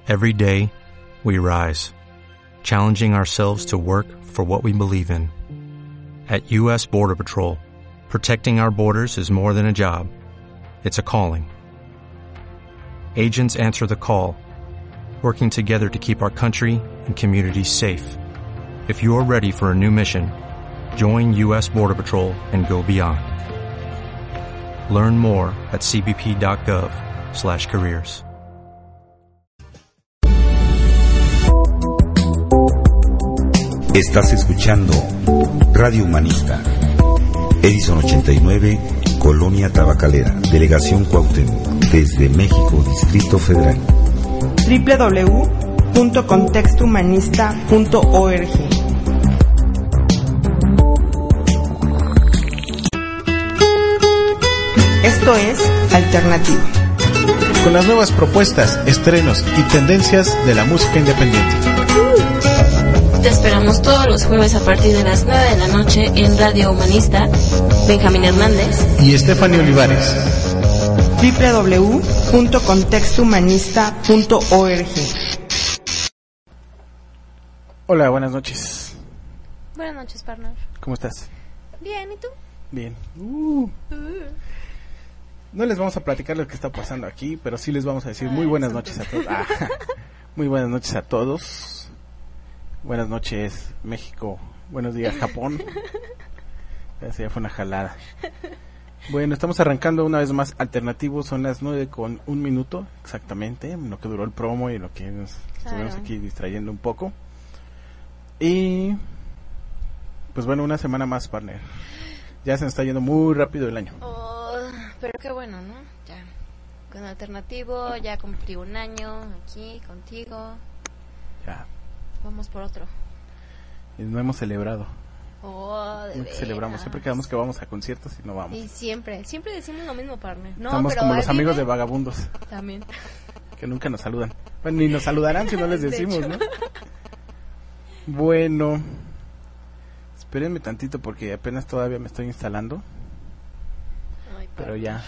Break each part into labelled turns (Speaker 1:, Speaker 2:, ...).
Speaker 1: Every day, we rise, challenging ourselves to work for what we believe in. At U.S. Border Patrol, protecting our borders is more than a job. It's a calling. Agents answer the call, working together to keep our country and communities safe. If you're ready for a new mission, join U.S. Border Patrol and go beyond. Learn more at cbp.gov/careers.
Speaker 2: Estás escuchando Radio Humanista, Edison 89, Colonia Tabacalera, Delegación Cuauhtémoc, desde México, Distrito Federal.
Speaker 3: www.contextohumanista.org. Esto es Alternativo.
Speaker 4: Con las nuevas propuestas, estrenos y tendencias de la música independiente.
Speaker 5: Te esperamos todos los jueves a partir de las 9 de la noche en Radio Humanista. Benjamín Hernández
Speaker 4: y Stephanie Olivares.
Speaker 3: www.contextohumanista.org.
Speaker 4: Hola, buenas noches.
Speaker 6: Buenas noches, partner.
Speaker 4: ¿Cómo estás?
Speaker 6: Bien, ¿y tú?
Speaker 4: Bien. No les vamos a platicar lo que está pasando aquí, pero sí les vamos a decir muy buenas noches a todos. Muy buenas noches a todos. Buenas noches, México. Buenos días, Japón. Ya fue una jalada. Bueno, estamos arrancando una vez más Alternativo. Son las 9:01 exactamente, lo que duró el promo y lo que nos estuvimos aquí distrayendo un poco. Y pues bueno, una semana más, partner. Ya se nos está yendo muy rápido el año.
Speaker 6: Pero qué bueno, ¿no? Ya con Alternativo, ya cumplí un año aquí contigo.
Speaker 4: Ya.
Speaker 6: Vamos por otro.
Speaker 4: Y no hemos celebrado.
Speaker 6: Nunca
Speaker 4: celebramos, siempre quedamos que vamos a conciertos y no vamos.
Speaker 6: Y siempre decimos lo mismo, partner. No,
Speaker 4: estamos
Speaker 6: pero
Speaker 4: como los amigos de vagabundos.
Speaker 6: También.
Speaker 4: Que nunca nos saludan. Bueno, ni nos saludarán si no les decimos, ¿no? Bueno, espérenme tantito porque apenas todavía me estoy instalando.
Speaker 6: Ay,
Speaker 4: pero ya.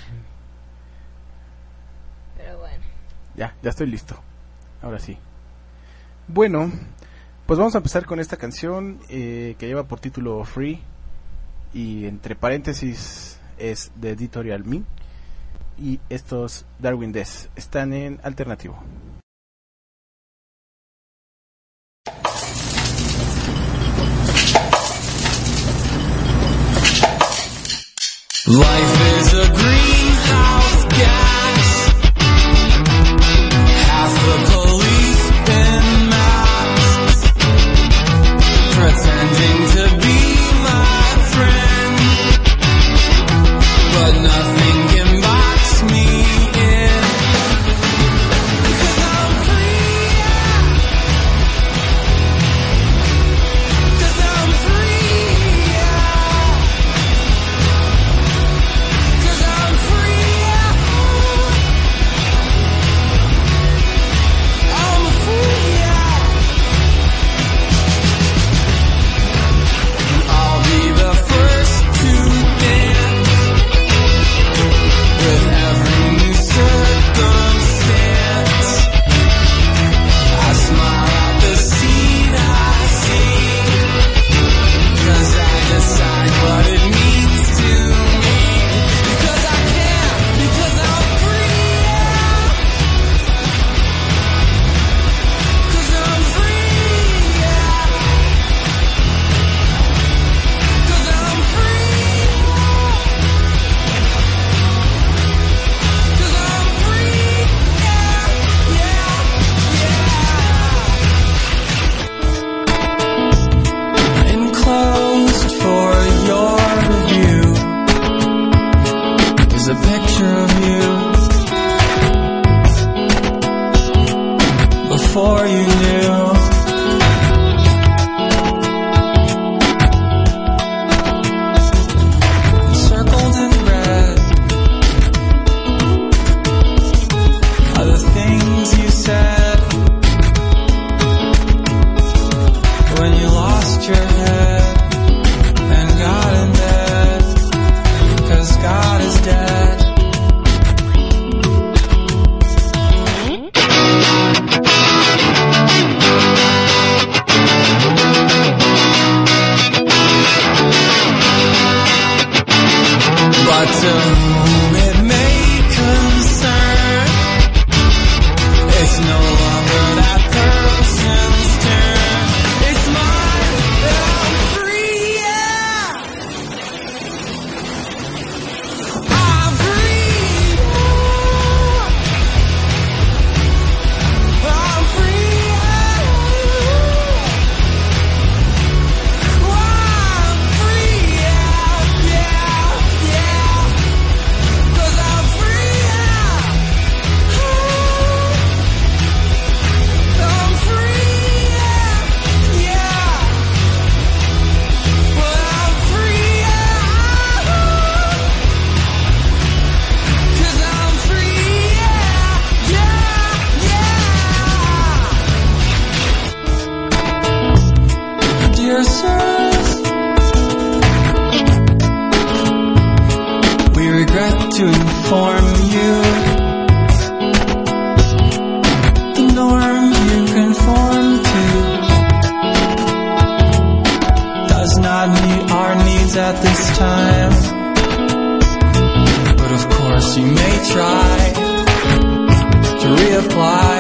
Speaker 6: Pero bueno.
Speaker 4: Ya estoy listo. Ahora sí. Bueno, pues vamos a empezar con esta canción que lleva por título Free y entre paréntesis es de Editorial Me, y estos Darwin Death están en Alternativo.
Speaker 7: Life is a greenhouse gas. Half the police in masks, pretending to be my friend, but nothing can box me in. 'Cause I'm free, yeah. 'Cause I'm free, yeah. 'Cause I'm free, yeah. I'm free, yeah. I'll be the first to dance with every new circumstance. I smile at the scene I see, 'cause I decide what it means to me. Because I can, because I'm free, yeah. 'Cause I'm free, yeah. 'Cause I'm free, yeah. 'Cause I'm free, yeah, yeah, yeah. Enclosed for your review is a picture of you before you knew. Circled in red are the things you said when you lost your head and got in bed, 'cause God is dead. It's no longer that person's turn. It's mine. I'm free, yeah. I'm free. I'm free, yeah. I'm free, yeah, yeah, yeah. 'Cause I'm free, yeah. I'm free, yeah, yeah. Well, I'm free, yeah. 'Cause I'm free, yeah, yeah, yeah. Dear sirs, we regret to inform you the norm you conform to does not meet our needs at this time. But of course you may try to reapply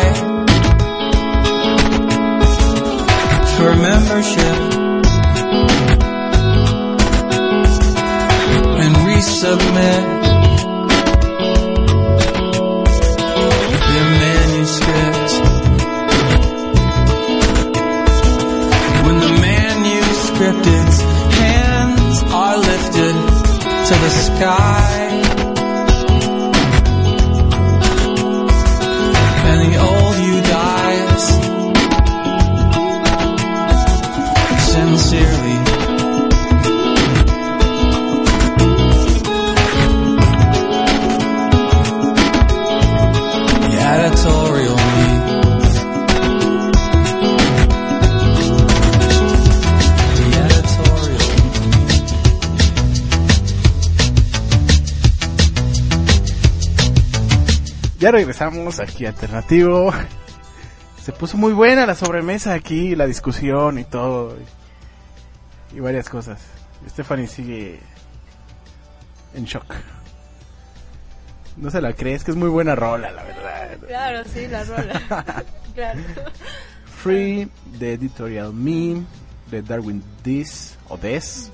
Speaker 7: for membership and resubmit your manuscript. When the manuscript's hands are lifted to the sky, and the old you dies, sincerely. The editorial me. The editorial.
Speaker 4: Ya regresamos aquí a Alternativo. Se puso muy buena la sobremesa aquí, la discusión y todo. Y varias cosas. Stephanie sigue en shock. No se la crees, que es muy buena rola, la verdad.
Speaker 6: Claro, sí, la rola. Claro.
Speaker 4: Free, de Editorial Me, de Darwin Dees, o Des.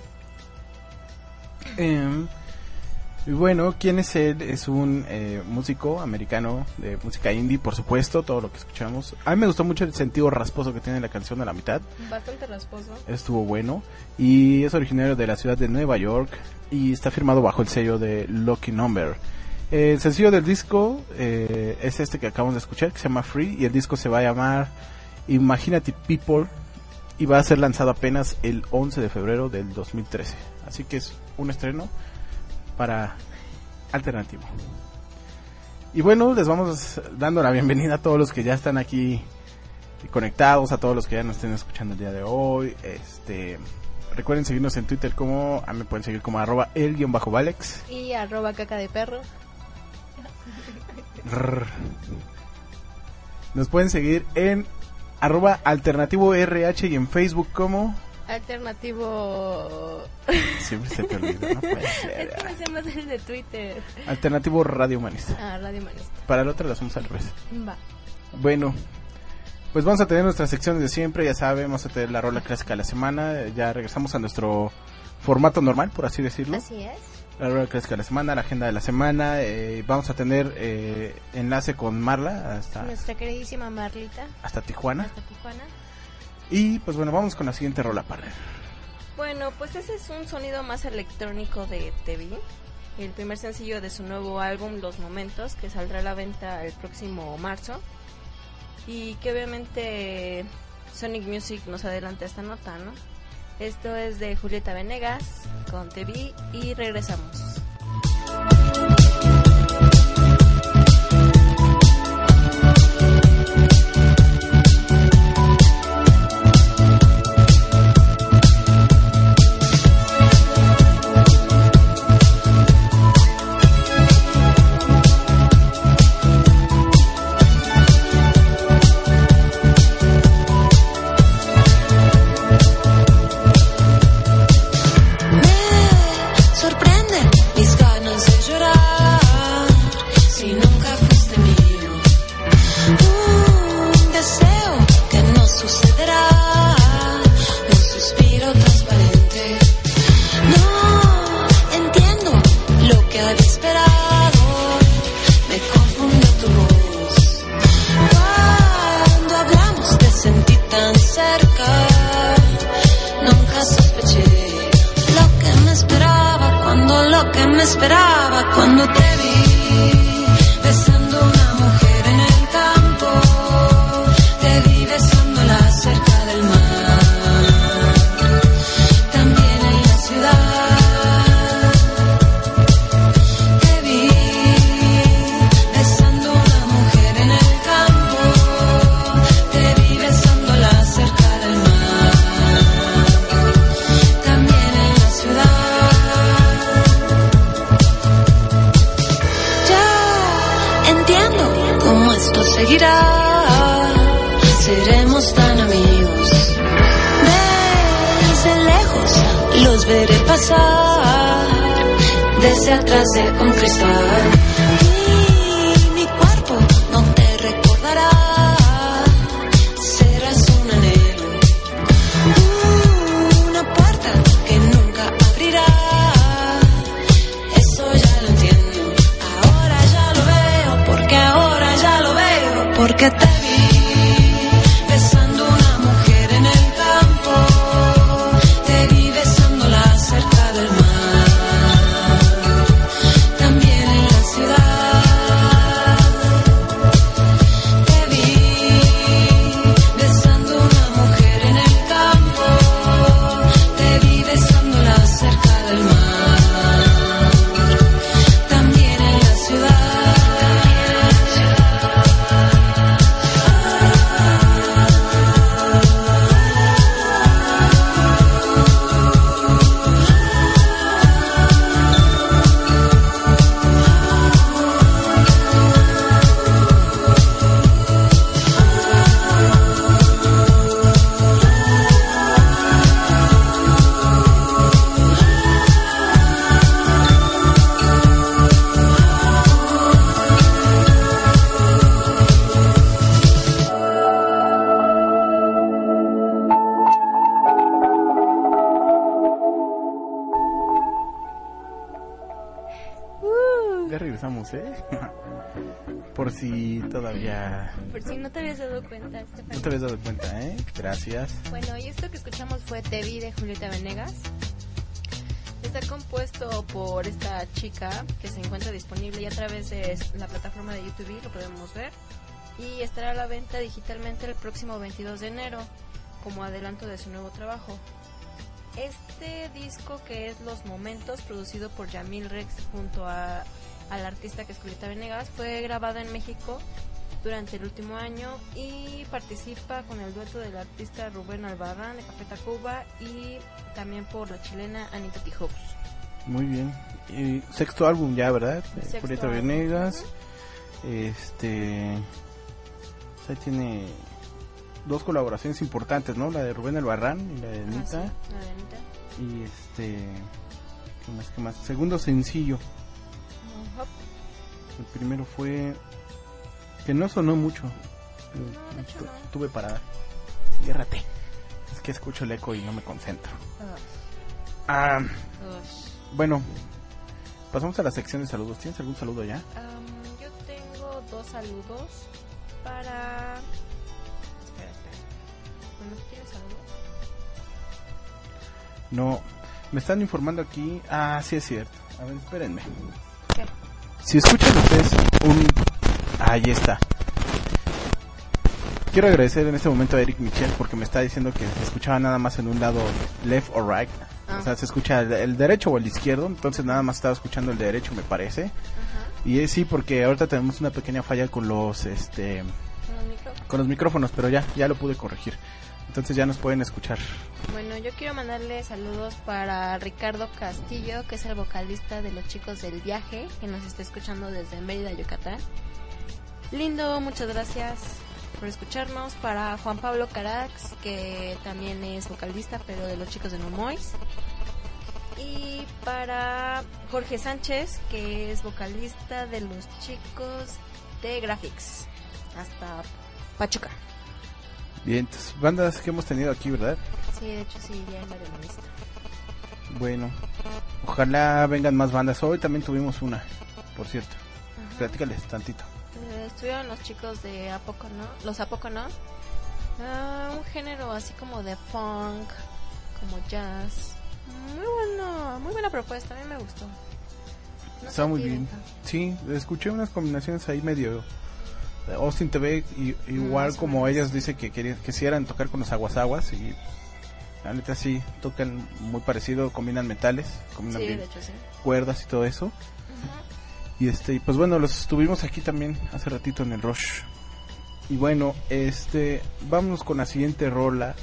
Speaker 4: Y bueno, ¿quién es él? Es un músico americano de música indie, por supuesto, todo lo que escuchamos. A mí me gustó mucho el sentido rasposo que tiene la canción a la mitad.
Speaker 6: Bastante rasposo.
Speaker 4: Estuvo bueno. Y es originario de la ciudad de Nueva York y está firmado bajo el sello de Lucky Number. El sencillo del disco es este que acabamos de escuchar, que se llama Free, y el disco se va a llamar Imaginative People y va a ser lanzado apenas el 11 de febrero del 2013. Así que es un estreno para Alternativo. Y bueno, les vamos dando la bienvenida a todos los que ya están aquí conectados, a todos los que ya nos estén escuchando el día de hoy. Recuerden seguirnos en Twitter como, me pueden seguir como @el_valex
Speaker 6: y @caca de perro.
Speaker 4: Nos pueden seguir en @alternativo_rh y en Facebook como
Speaker 6: Alternativo.
Speaker 4: Siempre se te olvida, no puede ser.
Speaker 6: Es que me sé más el de Twitter.
Speaker 4: Alternativo Radio Humanista.
Speaker 6: Radio Humanista.
Speaker 4: Para el otro lo hacemos al revés.
Speaker 6: Va.
Speaker 4: Bueno, pues vamos a tener nuestras secciones de siempre, ya saben, vamos a tener la rola clásica de la semana. Ya regresamos a nuestro formato normal, por así decirlo.
Speaker 6: Así es.
Speaker 4: La rola clásica de la semana, la agenda de la semana. Vamos a tener enlace con Marla hasta
Speaker 6: nuestra queridísima Marlita.
Speaker 4: Hasta Tijuana.
Speaker 6: Hasta Tijuana.
Speaker 4: Y pues bueno, vamos con la siguiente rola, para él.
Speaker 6: Bueno, pues ese es un sonido más electrónico de TV. El primer sencillo de su nuevo álbum, Los Momentos, que saldrá a la venta el próximo marzo. Y que obviamente Sonic Music nos adelanta esta nota, ¿no? Esto es de Julieta Venegas con TV y regresamos.
Speaker 8: Sorprende lo que me esperaba cuando te vi besando a una mujer en el campo. Te vi besándola cerca del mar, también en la ciudad. Te vi besando a una mujer en el campo. Te vi besándola cerca del mar, también en la ciudad. Entiendo cómo esto seguirá. Seremos tan amigos. Desde lejos los veré pasar. Desde atrás con cristal. Y mi cuerpo no te recordará. Serás un anhelo. Una puerta que nunca abrirá. Eso ya lo entiendo. Ahora ya lo veo, porque ahora ya lo veo, porque te vi besando a una mujer en el campo. Te vi besándola cerca del mar, también en la ciudad. Te vi besando a una mujer en el campo. Te vi besándola cerca del mar, también en la ciudad.
Speaker 4: Ya regresamos, ¿eh? Por si todavía
Speaker 6: Por si no te habías dado cuenta, Estefan.
Speaker 4: no te habías dado cuenta, ¿eh? Gracias.
Speaker 6: Bueno, y esto que escuchamos fue Te Vi de Julieta Venegas. Está compuesto por esta chica que se encuentra disponible ya a través de la plataforma de YouTube, lo podemos ver. Y estará a la venta digitalmente el próximo 22 de enero como adelanto de su nuevo trabajo. Este disco, que es Los Momentos, producido por Yamil Rex junto al artista que es Julieta Venegas, fue grabado en México durante el último año y participa con el dueto del artista Rubén Albarrán de Café Tacuba y también por la chilena Anita Tijoux.
Speaker 4: Muy bien. Y sexto álbum ya, ¿verdad? De
Speaker 6: Sexto
Speaker 4: Julieta
Speaker 6: álbum.
Speaker 4: Venegas. Ahí tiene dos colaboraciones importantes, ¿no? La de Rubén Albarrán y la de Anita.
Speaker 6: Ah, sí, la de Anita.
Speaker 4: Y ¿qué más? Segundo sencillo.
Speaker 6: Ujú.
Speaker 4: El primero fue que no sonó mucho.
Speaker 6: No, de hecho no.
Speaker 4: Tuve parada. Ciérrate. Es que escucho el eco y no me concentro. Bueno, pasamos a la sección de saludos. ¿Tienes algún saludo ya?
Speaker 6: Yo tengo dos saludos para... Espera. Bueno, ¿tienes saludos?
Speaker 4: No, me están informando aquí. Ah, sí es cierto. A ver, espérenme.
Speaker 6: ¿Qué?
Speaker 4: Si escuchan ustedes ahí está. Quiero agradecer en este momento a Eric Michel porque me está diciendo que se escuchaba nada más en un lado left or right. O sea, se escucha el derecho o el izquierdo. Entonces nada más estaba escuchando el derecho, me parece.
Speaker 6: Ajá.
Speaker 4: Y es sí, porque ahorita tenemos una pequeña falla con los
Speaker 6: ¿Con los micrófonos?
Speaker 4: con los micrófonos, pero ya lo pude corregir. Entonces ya nos pueden escuchar.
Speaker 6: Bueno, yo quiero mandarle saludos para Ricardo Castillo, que es el vocalista de Los Chicos del Viaje, que nos está escuchando desde Mérida, Yucatán. Lindo, muchas gracias por escucharnos. Para Juan Pablo Carax, que también es vocalista, pero de Los Chicos de Momois. Y para Jorge Sánchez, que es vocalista de Los Chicos de Graphics, hasta Pachuca.
Speaker 4: Bien, entonces, bandas que hemos tenido aquí, ¿verdad?
Speaker 6: Sí, de hecho sí, ya en la demonista.
Speaker 4: Bueno, ojalá vengan más bandas. Hoy también tuvimos una, por cierto.
Speaker 6: Ajá.
Speaker 4: Platícales tantito.
Speaker 6: Estuvieron los chicos de ¿A Poco No? Los ¿A Poco No? Un género así como de funk, como jazz. Muy buena propuesta, a mí me gustó.
Speaker 4: Está muy bien. Sí, escuché unas combinaciones ahí medio Austin TV, igual como ellas dicen que quisieran tocar con los Aguasaguas, y la neta sí, tocan muy parecido, combinan metales, combinan bien
Speaker 6: de hecho, sí.
Speaker 4: cuerdas y todo eso. Y pues bueno, los tuvimos aquí también hace ratito en el Rush. Y bueno, vámonos con la siguiente rola.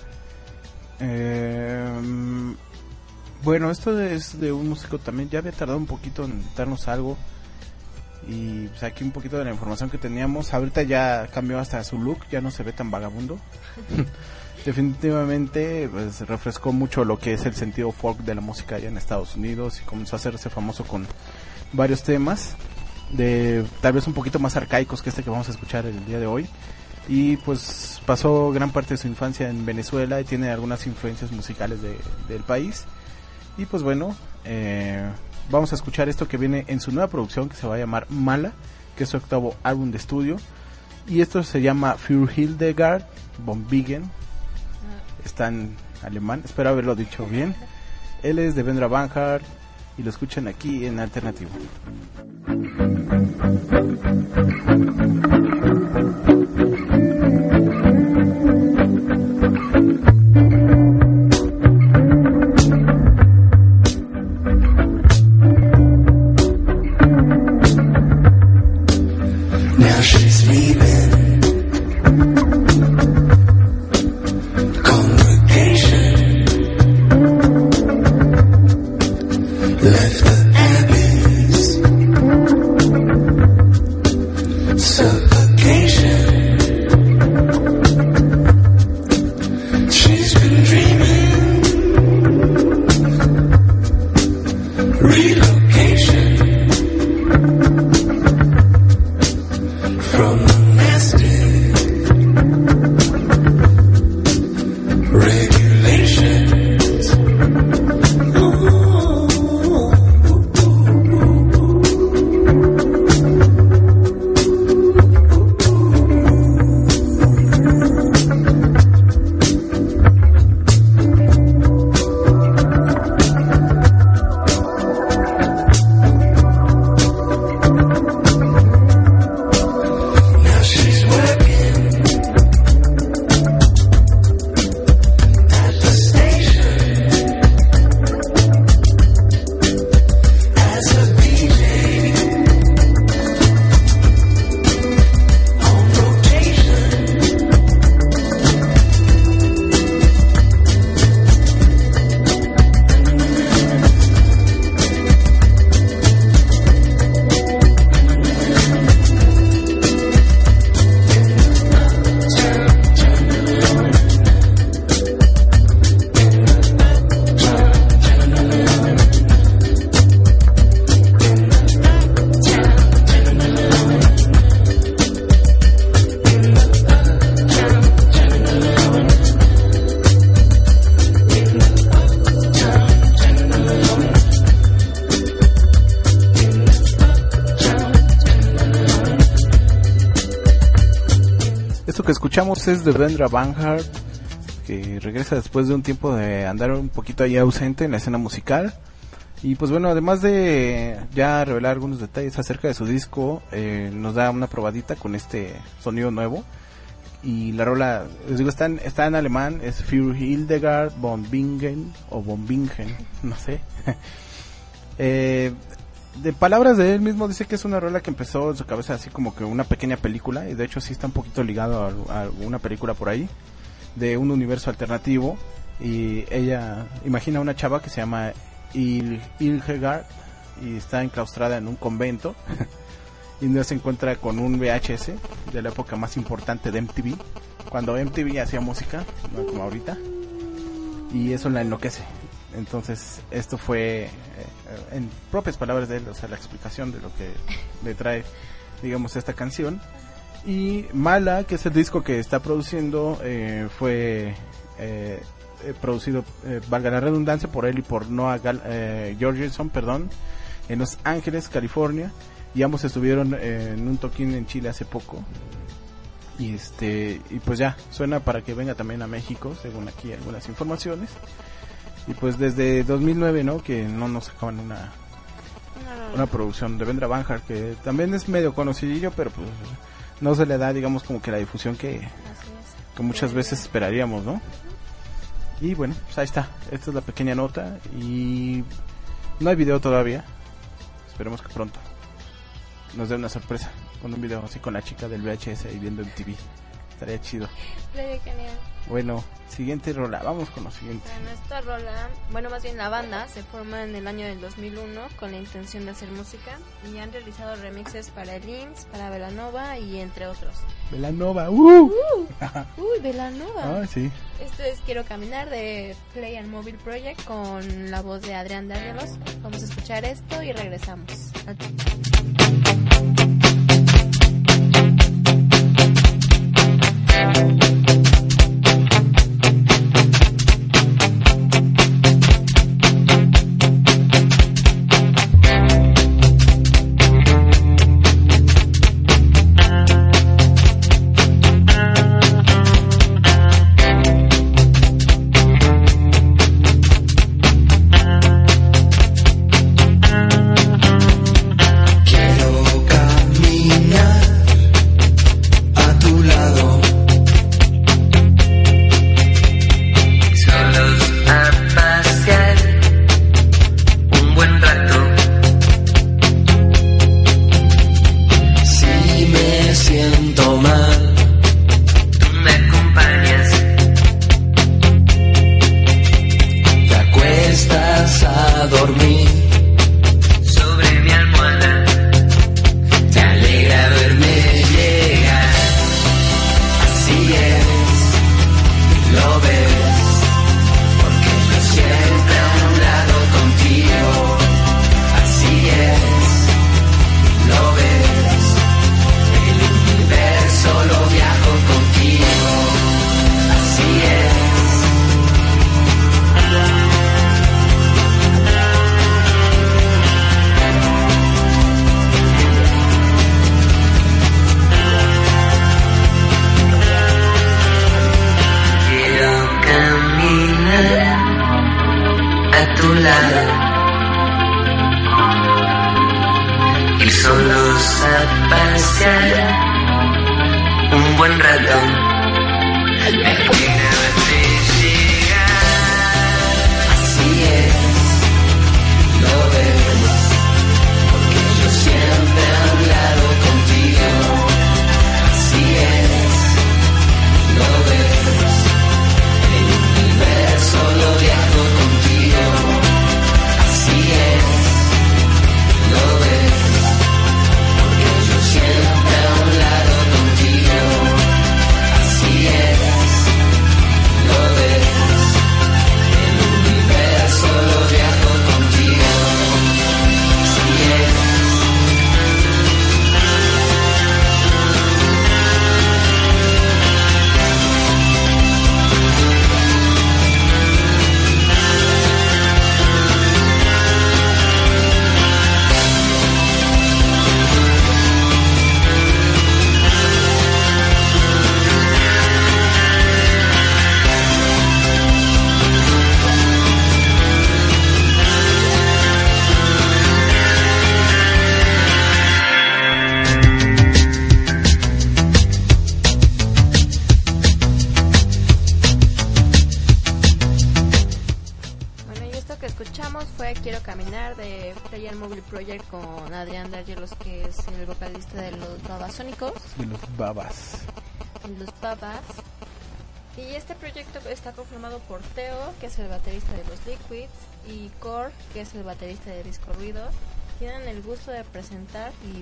Speaker 4: Bueno, esto es de un músico también, ya había tardado un poquito en darnos algo. Y pues aquí un poquito de la información que teníamos. Ahorita ya cambió hasta su look, ya no se ve tan vagabundo. Definitivamente pues refrescó mucho lo que es el sentido folk de la música allá en Estados Unidos, y comenzó a hacerse famoso con varios temas de tal vez un poquito más arcaicos que que vamos a escuchar el día de hoy. Y pues pasó gran parte de su infancia en Venezuela y tiene algunas influencias musicales del país. Y pues bueno, vamos a escuchar esto que viene en su nueva producción, que se va a llamar Mala, que es su octavo álbum de estudio. Y esto se llama Für Hildegard von Bingen. Está en alemán, espero haberlo dicho bien. Él es de Vendra Banhart y lo escuchan aquí en Alternativo.
Speaker 7: Now she's leaving. Congregation left the abbeys. Suffocation. She's been dreaming. Relocation. From monastic regulations. Now she's working at the station as a VJ on rotation.
Speaker 4: Esto que escuchamos es de Vendra Banhart, que regresa después de un tiempo de andar un poquito ahí ausente en la escena musical. Y pues bueno, además de ya revelar algunos detalles acerca de su disco, nos da una probadita con este sonido nuevo. Y la rola, les digo, está en alemán, es Für Hildegard von Bingen, o von Bingen, no sé. De palabras de él mismo dice que es una rola que empezó en su cabeza así como que una pequeña película, y de hecho sí está un poquito ligado a una película por ahí de un universo alternativo. Y ella imagina una chava que se llama Hildegard y está enclaustrada en un convento y no se encuentra con un VHS de la época más importante de MTV, cuando MTV hacía música, no como ahorita, y eso la enloquece. Entonces esto fue en propias palabras de él, o sea, la explicación de lo que le trae, digamos, esta canción. Y Mala, que es el disco que está produciendo, fue producido, valga la redundancia, por él y por Noah Jorgensen, en Los Ángeles, California, y ambos estuvieron en un toquín en Chile hace poco. Y pues ya suena para que venga también a México, según aquí algunas informaciones. Y pues desde 2009, ¿no? Que no nos sacaban una producción de Vendra Banhart, que también es medio conocidillo, pero pues no se le da, digamos, como que la difusión que muchas veces esperaríamos, ¿no? Y bueno, pues ahí está, esta es la pequeña nota y no hay video todavía, esperemos que pronto nos dé una sorpresa con un video así con la chica del VHS ahí viendo MTV, estaría chido.
Speaker 6: Genial.
Speaker 4: Bueno, siguiente rola, vamos con lo siguiente.
Speaker 6: Bueno, esta rola, bueno, más bien la banda se forma en el año del 2001 con la intención de hacer música y han realizado remixes para el IMSS, para Belanova y entre otros.
Speaker 4: Belanova,
Speaker 6: Uy, Belanova.
Speaker 4: Ah, sí.
Speaker 6: Esto es Quiero Caminar de Play and Mobile Project con la voz de Adrián Dárgelos. Vamos a escuchar esto y regresamos. Quiero Caminar de Play and Mobile Project con Adrián Dárgelos, que es el vocalista de los Babasónicos.
Speaker 4: De los Babas.
Speaker 6: Y este proyecto está conformado por Teo, que es el baterista de los Liquids, y Core, que es el baterista de Disco Ruido. Tienen el gusto de presentar y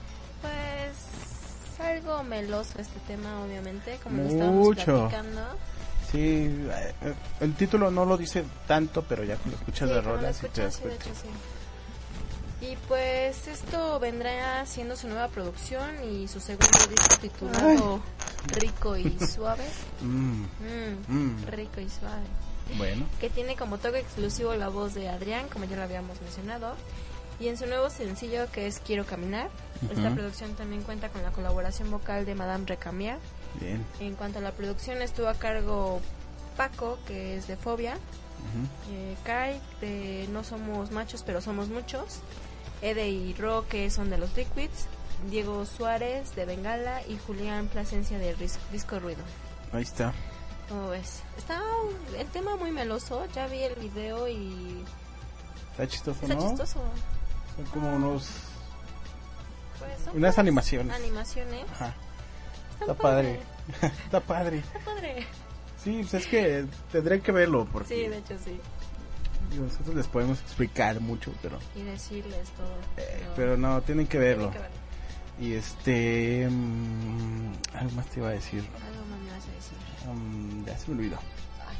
Speaker 6: pues algo meloso este tema, obviamente, como lo estábamos platicando.
Speaker 4: Sí, el título no lo dice tanto, pero ya cuando escuchas la rola sí te das cuenta.
Speaker 6: Y pues esto vendrá siendo su nueva producción y su segundo disco titulado Rico y Suave. Rico y Suave.
Speaker 4: Bueno.
Speaker 6: Que tiene como toque exclusivo la voz de Adrián, como ya lo habíamos mencionado. Y en su nuevo sencillo, que es Quiero Caminar, esta producción también cuenta con la colaboración vocal de Madame Recamier.
Speaker 4: Bien.
Speaker 6: En cuanto a la producción, estuvo a cargo Paco, que es de Fobia, Kai, de No Somos Machos pero Somos Muchos, Ede y Ro, que son de los Liquids, Diego Suárez de Bengala y Julián Plasencia de Disco Ruido.
Speaker 4: Ahí está.
Speaker 6: ¿Cómo ves? Está el tema muy meloso, ya vi el video y...
Speaker 4: Está chistoso,
Speaker 6: Está
Speaker 4: ¿no?
Speaker 6: chistoso.
Speaker 4: Son como unas
Speaker 6: Pues,
Speaker 4: animaciones.
Speaker 6: Animaciones.
Speaker 4: Ajá. Está padre. Está padre.
Speaker 6: Está padre.
Speaker 4: Sí, pues es que tendré que verlo porque
Speaker 6: Sí, de hecho sí.
Speaker 4: digo, nosotros les podemos explicar mucho, pero
Speaker 6: Y decirles todo.
Speaker 4: pero no, tienen que verlo.
Speaker 6: Tienen que verlo.
Speaker 4: Y algo más te iba a decir.
Speaker 6: Algo más me vas a decir.
Speaker 4: Ya se me olvidó.
Speaker 6: Ay,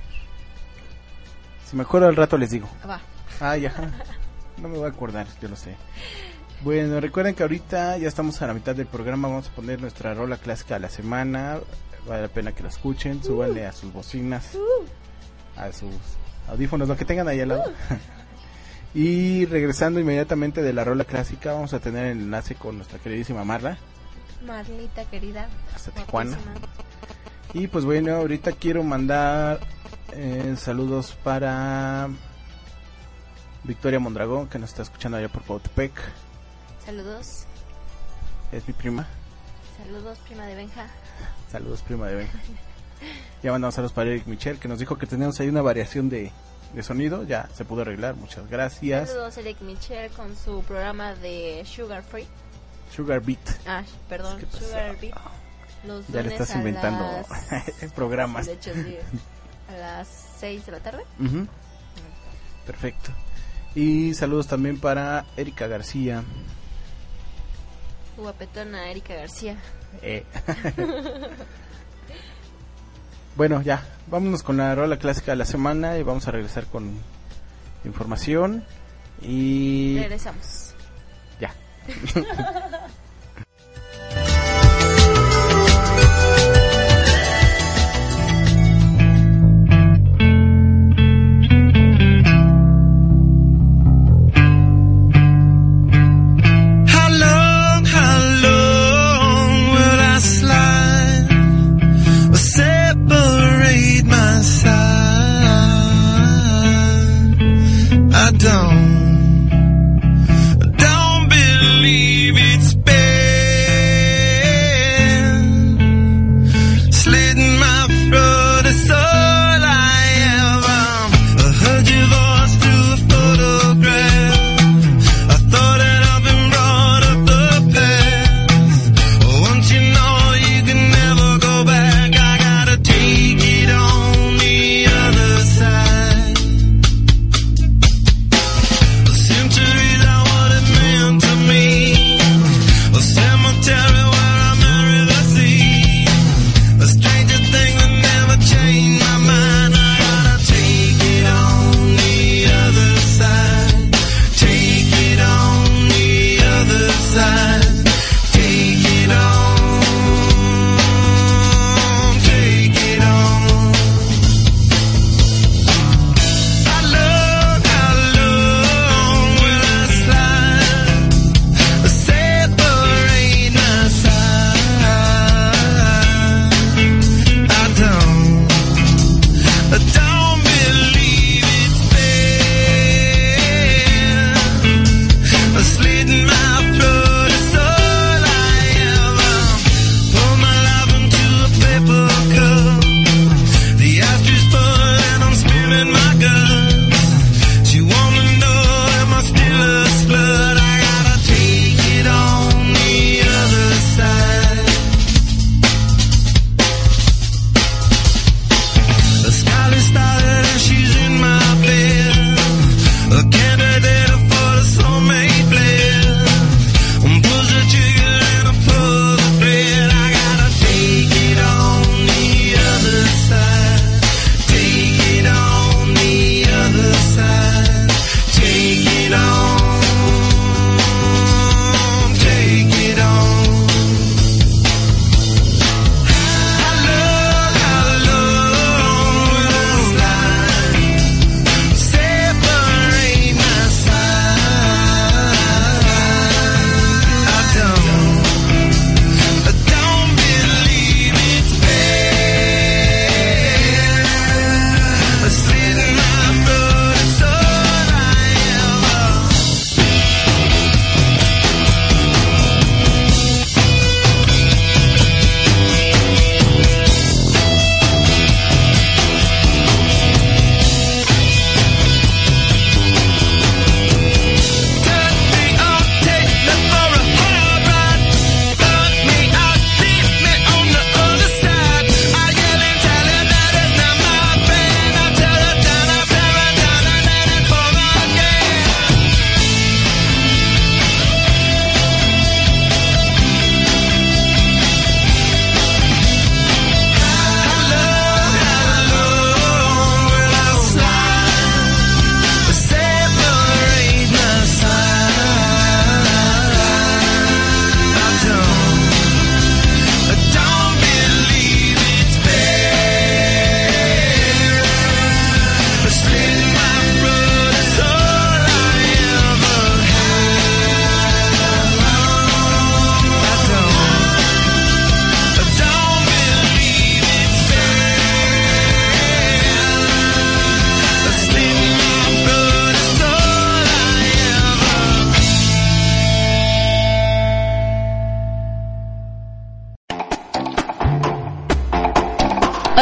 Speaker 4: Si me acuerdo al rato les digo.
Speaker 6: va.
Speaker 4: Ya. No me voy a acordar, yo lo sé. Bueno, recuerden que ahorita ya estamos a la mitad del programa. Vamos a poner nuestra rola clásica de la semana. Vale la pena que la escuchen. Súbanle a sus bocinas, a sus audífonos, lo que tengan ahí al lado. Y regresando inmediatamente de la rola clásica, vamos a tener el enlace con nuestra queridísima Marla
Speaker 6: Marlita querida.
Speaker 4: hasta Tijuana.
Speaker 6: Guapísima.
Speaker 4: Y pues bueno, ahorita quiero mandar saludos para Victoria Mondragón, que nos está escuchando allá por Cuautepec.
Speaker 6: Saludos.
Speaker 4: Es mi prima.
Speaker 6: Saludos, prima de Benja.
Speaker 4: Saludos, prima de Benja. Ya mandamos saludos para Eric Michel, que nos dijo que tenemos ahí una variación de sonido. Ya se pudo arreglar, muchas gracias.
Speaker 6: Saludos, Eric Michel, con su programa de Sugar Free.
Speaker 4: Sugar Beat.
Speaker 6: Perdón,
Speaker 4: ¿Qué pasó?
Speaker 6: Sugar Beat. Los
Speaker 4: Ya le
Speaker 6: lunes
Speaker 4: estás
Speaker 6: a
Speaker 4: inventando
Speaker 6: las-
Speaker 4: programas.
Speaker 6: De hecho, sí. A las 6 de la tarde.
Speaker 4: Ujú. Perfecto. Y saludos también para Erika García.
Speaker 6: Guapetona Erika García.
Speaker 4: Bueno, ya, vámonos con la rola clásica de la semana y vamos a regresar con información y
Speaker 6: Regresamos.
Speaker 4: ya.
Speaker 7: How long will I slide or separate my side? I don't believe it's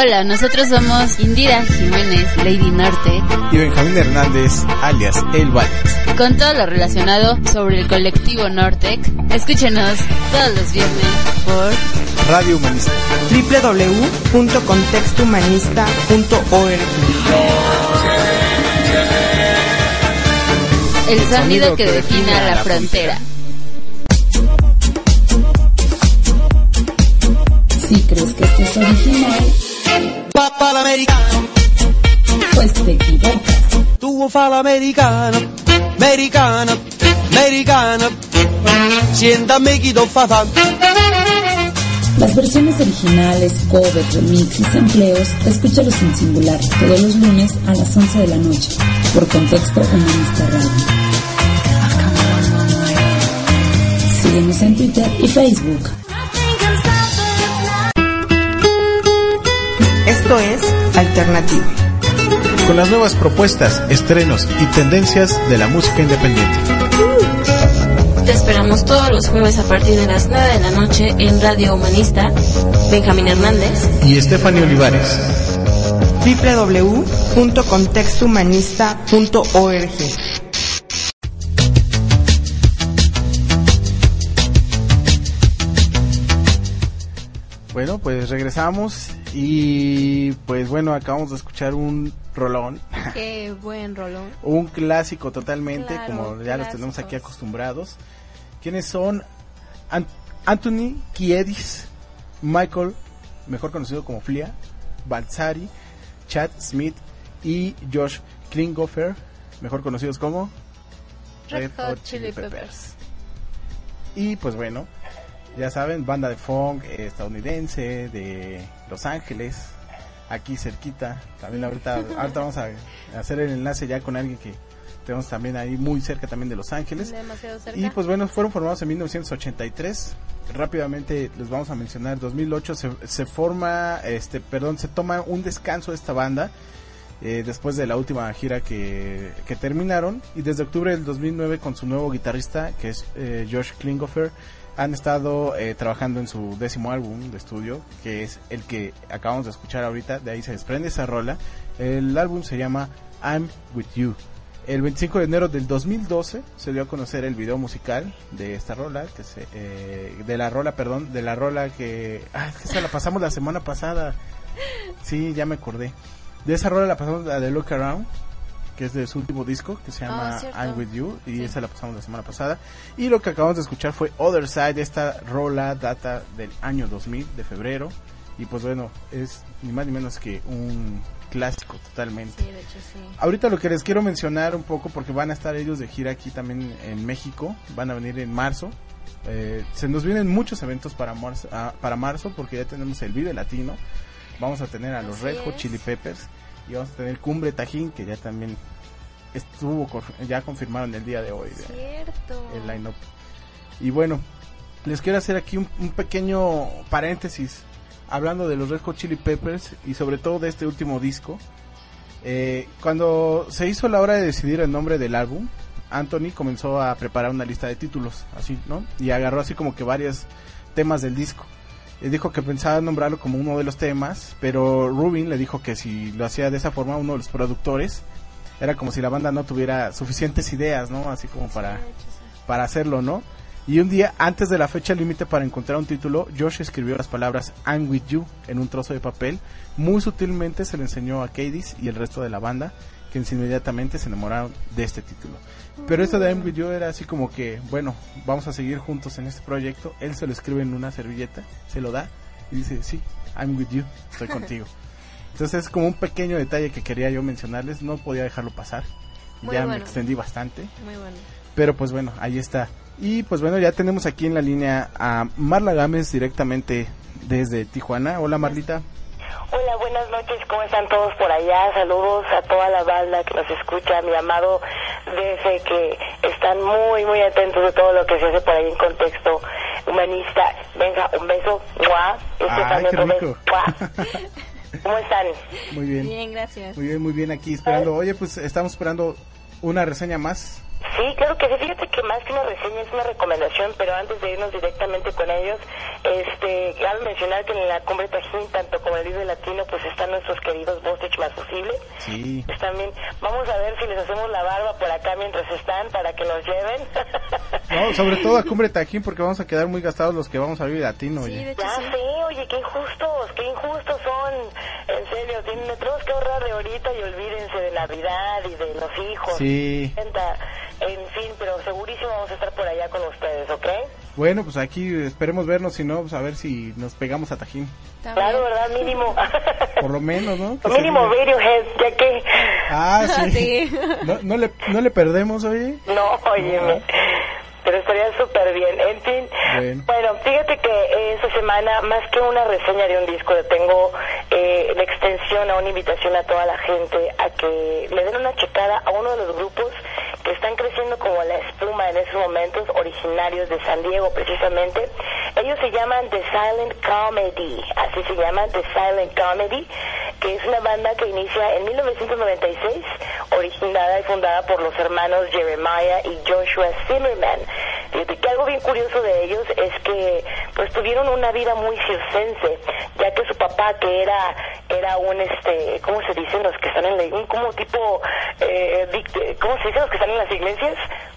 Speaker 9: Hola, nosotros somos Indira Jiménez, Lady Norte,
Speaker 4: y Benjamín Hernández, alias El Valle.
Speaker 9: con todo lo relacionado sobre el colectivo Nortec. Escúchenos todos los viernes por
Speaker 4: Radio Humanista.
Speaker 3: www.contextohumanista.org.
Speaker 9: el sonido que defina la frontera.
Speaker 10: Si crees que esto es original,
Speaker 7: Papá l'americano,
Speaker 10: pues te equivocas.
Speaker 7: tu fa l'americano, americano, americano. Siéntame que do fa fa.
Speaker 10: Las versiones originales, covers, remix y sampleos, escúchalos en singular todos los lunes a las 11 de la noche por Contexto Humanista Radio. Síguenos en Twitter y Facebook.
Speaker 3: Esto es Alternativo.
Speaker 4: Con las nuevas propuestas, estrenos y tendencias de la música independiente.
Speaker 5: Te esperamos todos los jueves a partir de las 9 de la noche en Radio Humanista. Benjamín Hernández
Speaker 4: Y Stephanie Olivares.
Speaker 3: www.contextohumanista.org.
Speaker 4: Bueno, pues regresamos y pues bueno, acabamos de escuchar un rolón,
Speaker 6: Qué buen rolón.
Speaker 4: un clásico totalmente,
Speaker 6: Claro,
Speaker 4: como ya los tenemos aquí
Speaker 6: clásicos.
Speaker 4: acostumbrados. ¿Quiénes son? Anthony Kiedis, Michael, mejor conocido como Flia, Balsari, Chad Smith y Josh Klinghoffer, mejor conocidos como
Speaker 6: Red Hot Chili Peppers.
Speaker 4: Y pues bueno, ya saben, banda de funk estadounidense de Los Ángeles, aquí cerquita. También ahorita vamos a hacer el enlace ya con alguien que tenemos también ahí muy cerca también de Los Ángeles.
Speaker 6: Demasiado cerca.
Speaker 4: Y pues bueno, fueron formados en 1983. Rápidamente les vamos a mencionar, 2008 se toma un descanso esta banda después de la última gira que terminaron, y desde octubre del 2009 con su nuevo guitarrista que es Josh Klinghoffer han estado trabajando en su 10º álbum de estudio, que es el que acabamos de escuchar ahorita. De ahí se desprende esa rola. El álbum se llama I'm With You. El 25 de enero del 2012 se dio a conocer el video musical de esta rola, de la rola que es que esa la pasamos la semana pasada. Sí, ya me acordé. De esa rola la pasamos a The Look Around, que es de su último disco, que se llama
Speaker 6: cierto.
Speaker 4: I'm With You, y
Speaker 6: Sí.
Speaker 4: esa la pasamos la semana pasada. Y lo que acabamos de escuchar fue Other Side. Esta rola data del año 2000, de febrero, y pues bueno, es ni más ni menos que un clásico totalmente.
Speaker 6: Sí, de hecho sí.
Speaker 4: Ahorita lo que les quiero mencionar un poco, porque van a estar ellos de gira aquí también en México, van a venir en marzo. Se nos vienen muchos eventos para marzo, porque ya tenemos el Vive Latino, vamos a tener a los
Speaker 6: Así
Speaker 4: Red Hot
Speaker 6: es.
Speaker 4: Chili Peppers, y vamos a tener Cumbre Tajín, que ya también ya confirmaron el día de hoy
Speaker 6: Cierto.
Speaker 4: el line-up. Y bueno, les quiero hacer aquí un pequeño paréntesis hablando de los Red Hot Chili Peppers y sobre todo de este último disco. Cuando se hizo la hora de decidir el nombre del álbum, Anthony comenzó a preparar una lista de títulos, así, ¿no? Y agarró así como que varios temas del disco. Dijo que pensaba nombrarlo como uno de los temas, pero Rubin le dijo que si lo hacía de esa forma, uno de los productores, era como si la banda no tuviera suficientes ideas, ¿no? Así como para hacerlo, ¿no? Y un día antes de la fecha límite para encontrar un título, Josh escribió las palabras I'm With You en un trozo de papel. Muy sutilmente se le enseñó a Kiedis y el resto de la banda, quienes inmediatamente se enamoraron de este título. Pero esto de I'm With You era así como que, bueno, vamos a seguir juntos en este proyecto. Él se lo escribe en una servilleta, se lo da y dice, sí, I'm With You, estoy contigo. Entonces es como un pequeño detalle que quería yo mencionarles, no podía dejarlo pasar.
Speaker 6: Muy
Speaker 4: Ya
Speaker 6: bueno.
Speaker 4: me extendí bastante.
Speaker 6: Muy bueno.
Speaker 4: Pero pues bueno, ahí está. Y pues bueno, ya tenemos aquí en la línea a Marla Gámez directamente desde Tijuana. Hola Marlita.
Speaker 11: Hola, buenas noches, ¿cómo están todos por allá? Saludos a toda la banda que nos escucha, mi amado DF, que están muy, muy atentos de todo lo que se hace por ahí en Contexto Humanista. Venga, un beso. ¡Mua!
Speaker 4: Ay, qué rico.
Speaker 11: ¿Cómo están?
Speaker 4: Muy bien.
Speaker 6: Bien, gracias.
Speaker 4: Muy bien aquí esperando. Oye, pues estamos esperando una reseña más.
Speaker 11: Sí, claro que sí. Fíjate que más que una reseña es una recomendación, pero antes de irnos directamente con ellos, cabe mencionar que en la Cumbre Tajín, tanto como el Vive Latino, pues están nuestros queridos Bostich Más Posible.
Speaker 4: Sí.
Speaker 11: Pues también vamos a ver si les hacemos la barba por acá mientras están para que nos lleven.
Speaker 4: No, sobre todo a Cumbre Tajín, porque vamos a quedar muy gastados los que vamos a Vive Latino.
Speaker 6: Sí,
Speaker 4: Oye.
Speaker 6: de hecho,
Speaker 11: Ya
Speaker 6: sí.
Speaker 11: sé, oye, qué injustos son. En serio, tenemos que ahorrar de ahorita y olvídense de Navidad y de los hijos.
Speaker 4: Sí.
Speaker 11: En fin, pero segurísimo vamos a estar por allá con ustedes, ¿ok?
Speaker 4: Bueno, pues aquí esperemos vernos, si no, pues a ver si nos pegamos a Tajín.
Speaker 6: También.
Speaker 11: Claro, ¿verdad? Mínimo.
Speaker 4: Por lo menos, ¿no? Que
Speaker 11: Mínimo
Speaker 4: se-
Speaker 11: Radiohead, ya que...
Speaker 4: Ah, sí.
Speaker 6: Sí.
Speaker 4: No le perdemos, oye.
Speaker 11: No, óyeme. Pero estaría súper bien. En fin, bueno, fíjate que esta semana, más que una reseña de un disco, le tengo la extensión a una invitación a toda la gente a que le den una checada a uno de los grupos que están creciendo como la espuma en esos momentos, originarios de San Diego precisamente. Ellos se llaman The Silent Comedy, así se llaman, The Silent Comedy, que es una banda que inicia en 1996, originada y fundada por los hermanos Jeremiah y Joshua Zimmerman. Fíjate que algo bien curioso de ellos es que pues tuvieron una vida muy circense, ya que su papá, que era un ¿cómo se dicen los que están en la, un como tipo ¿cómo se dicen los que están en las iglesias?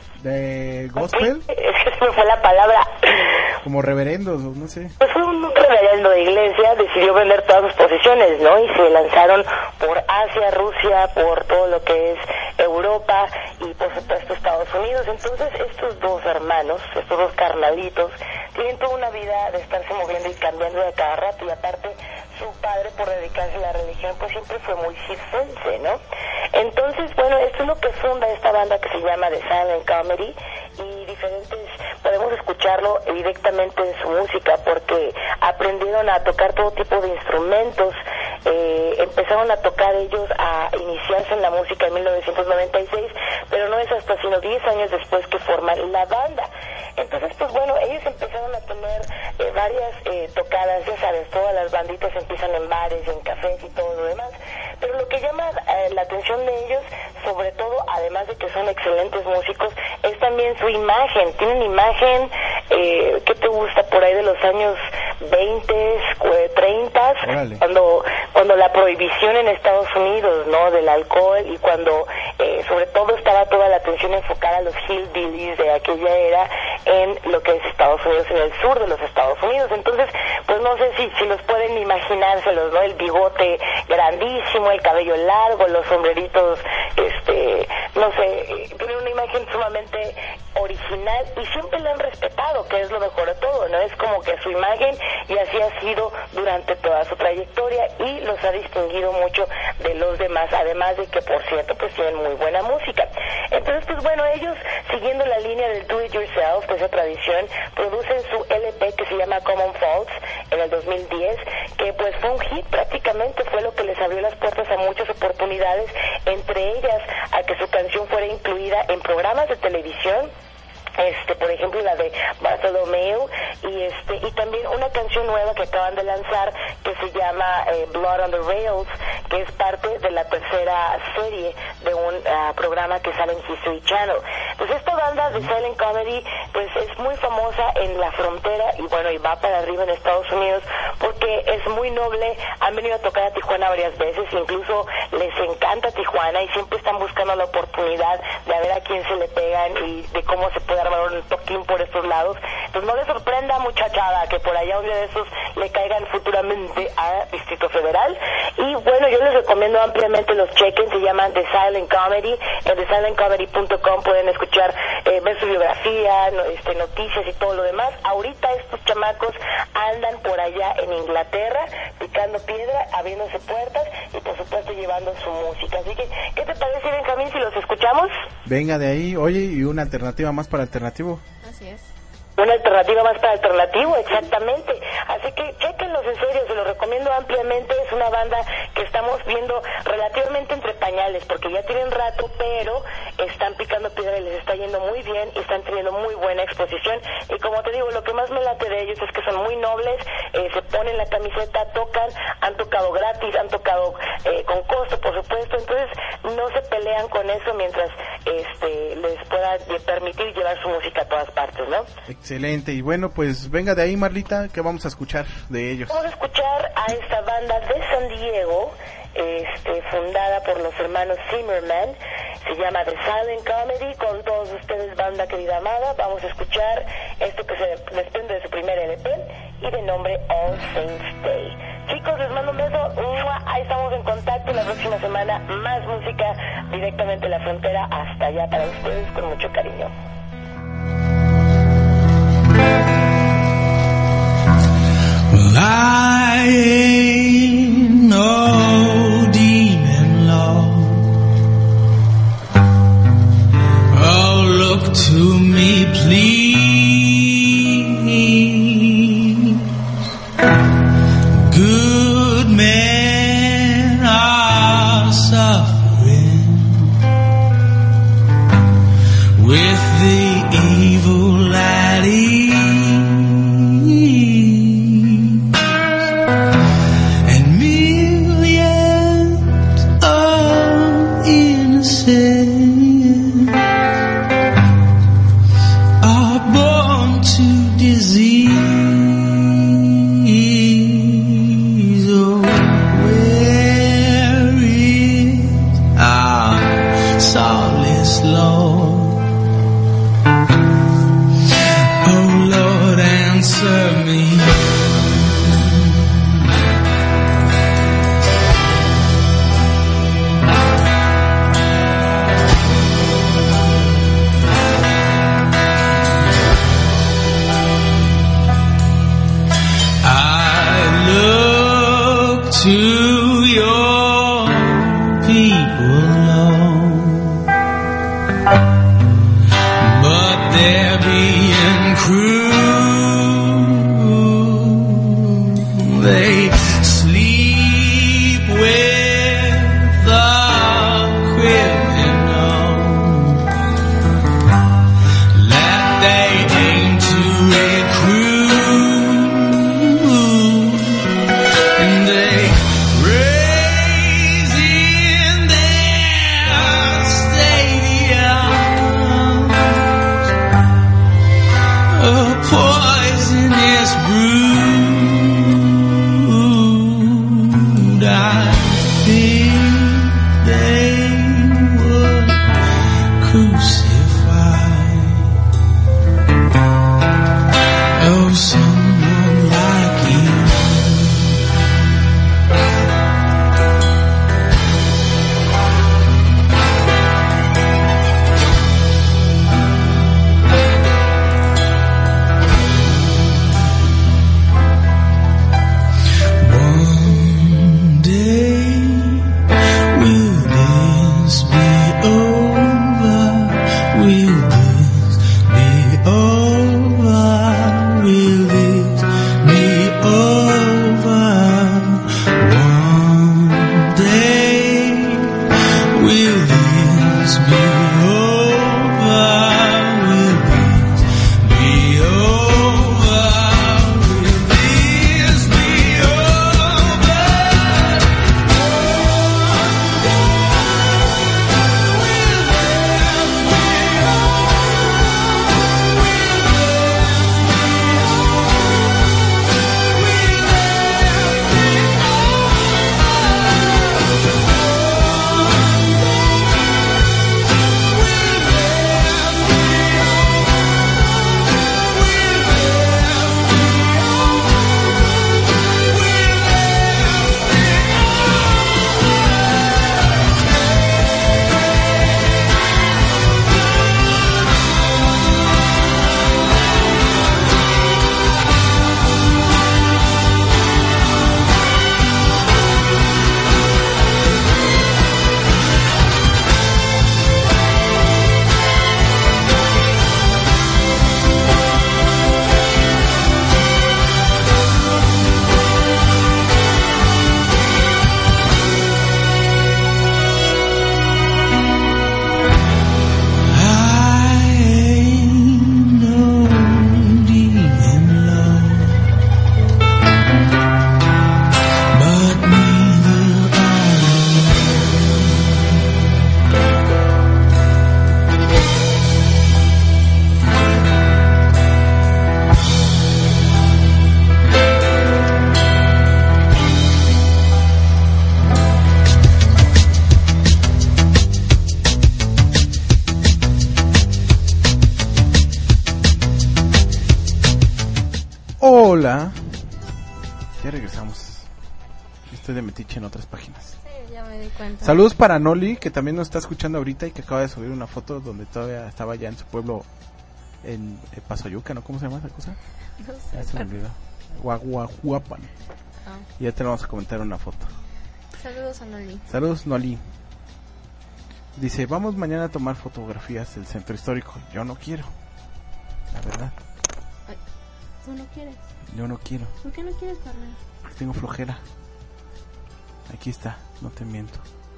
Speaker 4: ¿De gospel?
Speaker 11: Es que se me fue la palabra.
Speaker 4: Como reverendos, o no sé.
Speaker 11: Pues un reverendo de iglesia decidió vender todas sus posesiones, ¿no? Y se lanzaron por Asia, Rusia, por todo lo que es Europa y por supuesto Estados Unidos. Entonces estos dos hermanos, estos dos carnalitos, tienen toda una vida de estarse moviendo y cambiando de cada rato. Y aparte su padre, por dedicarse a la religión, pues siempre fue muy circense, ¿no? Entonces, bueno, esto es lo que funda esta banda que se llama The Silent Comedy, y podemos escucharlo directamente en su música porque aprendieron a tocar todo tipo de instrumentos. Empezaron a tocar ellos, a iniciarse en la música en 1996, pero no es hasta sino 10 años después que forman la banda. Entonces, pues bueno, ellos empezaron a tener varias tocadas, ya sabes, todas las banditas empiezan en bares, en cafés y todo lo demás, pero lo que llama la atención de ellos, sobre todo, además de que son excelentes músicos, es también su imagen. Tienen imagen, ¿qué te gusta? Por ahí de los años 20, 30, cuando la prohibición en Estados Unidos, ¿no?, del alcohol, y cuando sobre todo estaba toda la atención enfocada a los hillbillies de aquella era en lo que es Estados Unidos, en el sur de los Estados Unidos. Entonces, pues no sé si los pueden imaginárselos, ¿no? El bigote grandísimo, el cabello largo, los sombreritos, no sé, tienen una imagen sumamente original y siempre la han respetado, que es lo mejor de todo, ¿no? Es como que su imagen, y así ha sido durante toda su trayectoria, y los ha distinguido mucho de los demás, además de que, por cierto, pues tienen muy buena música. Entonces, pues bueno, ellos, siguiendo la línea del do it yourself, de esa tradición, producen su LP que se llama Common Faults en el 2010, que pues fue un hit, prácticamente fue lo que les abrió las puertas a muchas oportunidades, entre ellas a que su canción fuera incluida en programas de televisión, por ejemplo la de Bartholomew, y también una canción nueva que acaban de lanzar que se llama Blood on the Rails, que es parte de la tercera serie de un programa que sale en History Channel. Pues esta banda de Silent Comedy pues es muy famosa en la frontera, y bueno, y va para arriba en Estados Unidos porque es muy noble. Han venido a tocar a Tijuana varias veces, incluso les encanta Tijuana y siempre están buscando la oportunidad de a ver a quién se le pegan y de cómo se puede armar un toquín por estos lados. Pues no les sorprenda, muchachada, que por allá un día de esos le caigan futuramente a Distrito Federal. Y bueno, yo les recomiendo ampliamente los chequen, se llaman The Silent Comedy. En thesilentcomedy.com pueden escuchar, ver su biografía, noticias y todo lo demás. Ahorita estos chamacos andan por allá en Inglaterra picando piedra, abriéndose puertas y por supuesto llevando su música. Así que, ¿qué te parece, Benjamín, si los escuchamos?
Speaker 4: Venga de ahí, oye, y una alternativa más para alternativo.
Speaker 6: Así es.
Speaker 11: Una alternativa más para alternativo, exactamente. Así que chéquenlos, en serio, se los recomiendo ampliamente. Es una banda que estamos viendo relativamente entre pañales, porque ya tienen rato, pero están picando piedra y les está yendo muy bien y están teniendo muy buena exposición. Y como te digo, lo que más me late de ellos es que son muy nobles, se ponen la camiseta, tocan, han tocado gratis, han tocado con costo, por supuesto. Entonces no se pelean vean con eso mientras les pueda permitir llevar su música a todas partes, ¿no?
Speaker 4: Excelente, y bueno, pues venga de ahí, Marlita, ¿qué vamos a escuchar de ellos?
Speaker 11: Vamos a escuchar a esta banda de San Diego, fundada por los hermanos Zimmerman. Se llama The Silent Comedy. Con todos ustedes, banda querida amada, vamos a escuchar esto que se desprende de su primer LP y de nombre All Saints Day. Chicos, les mando un beso. Ahí estamos en contacto. La próxima semana más música directamente de la frontera hasta allá para ustedes con mucho cariño.
Speaker 7: Well, I ain't no demon, Lord. Oh, look to me, please. Good men are suffering with the evil that is.
Speaker 4: estoy de metiche en otras páginas.
Speaker 6: Sí, ya me di cuenta.
Speaker 4: Saludos para Noli, que también nos está escuchando ahorita y que acaba de subir una foto donde todavía estaba ya en su pueblo en Pasoyuca, ¿no? ¿Cómo se llama esa cosa?
Speaker 6: No
Speaker 4: Ya
Speaker 6: sé.
Speaker 4: se me olvidó. Guaguajuapan. Y ya te vamos a comentar una foto.
Speaker 6: Saludos a Noli.
Speaker 4: Saludos, Noli. Dice, vamos mañana a tomar fotografías del centro histórico. Yo no quiero, la verdad.
Speaker 6: Ay, ¿tú no quieres?
Speaker 4: Yo no quiero,
Speaker 6: ¿Por qué no quieres, Parra?
Speaker 4: porque tengo flojera. Aquí está, no te miento.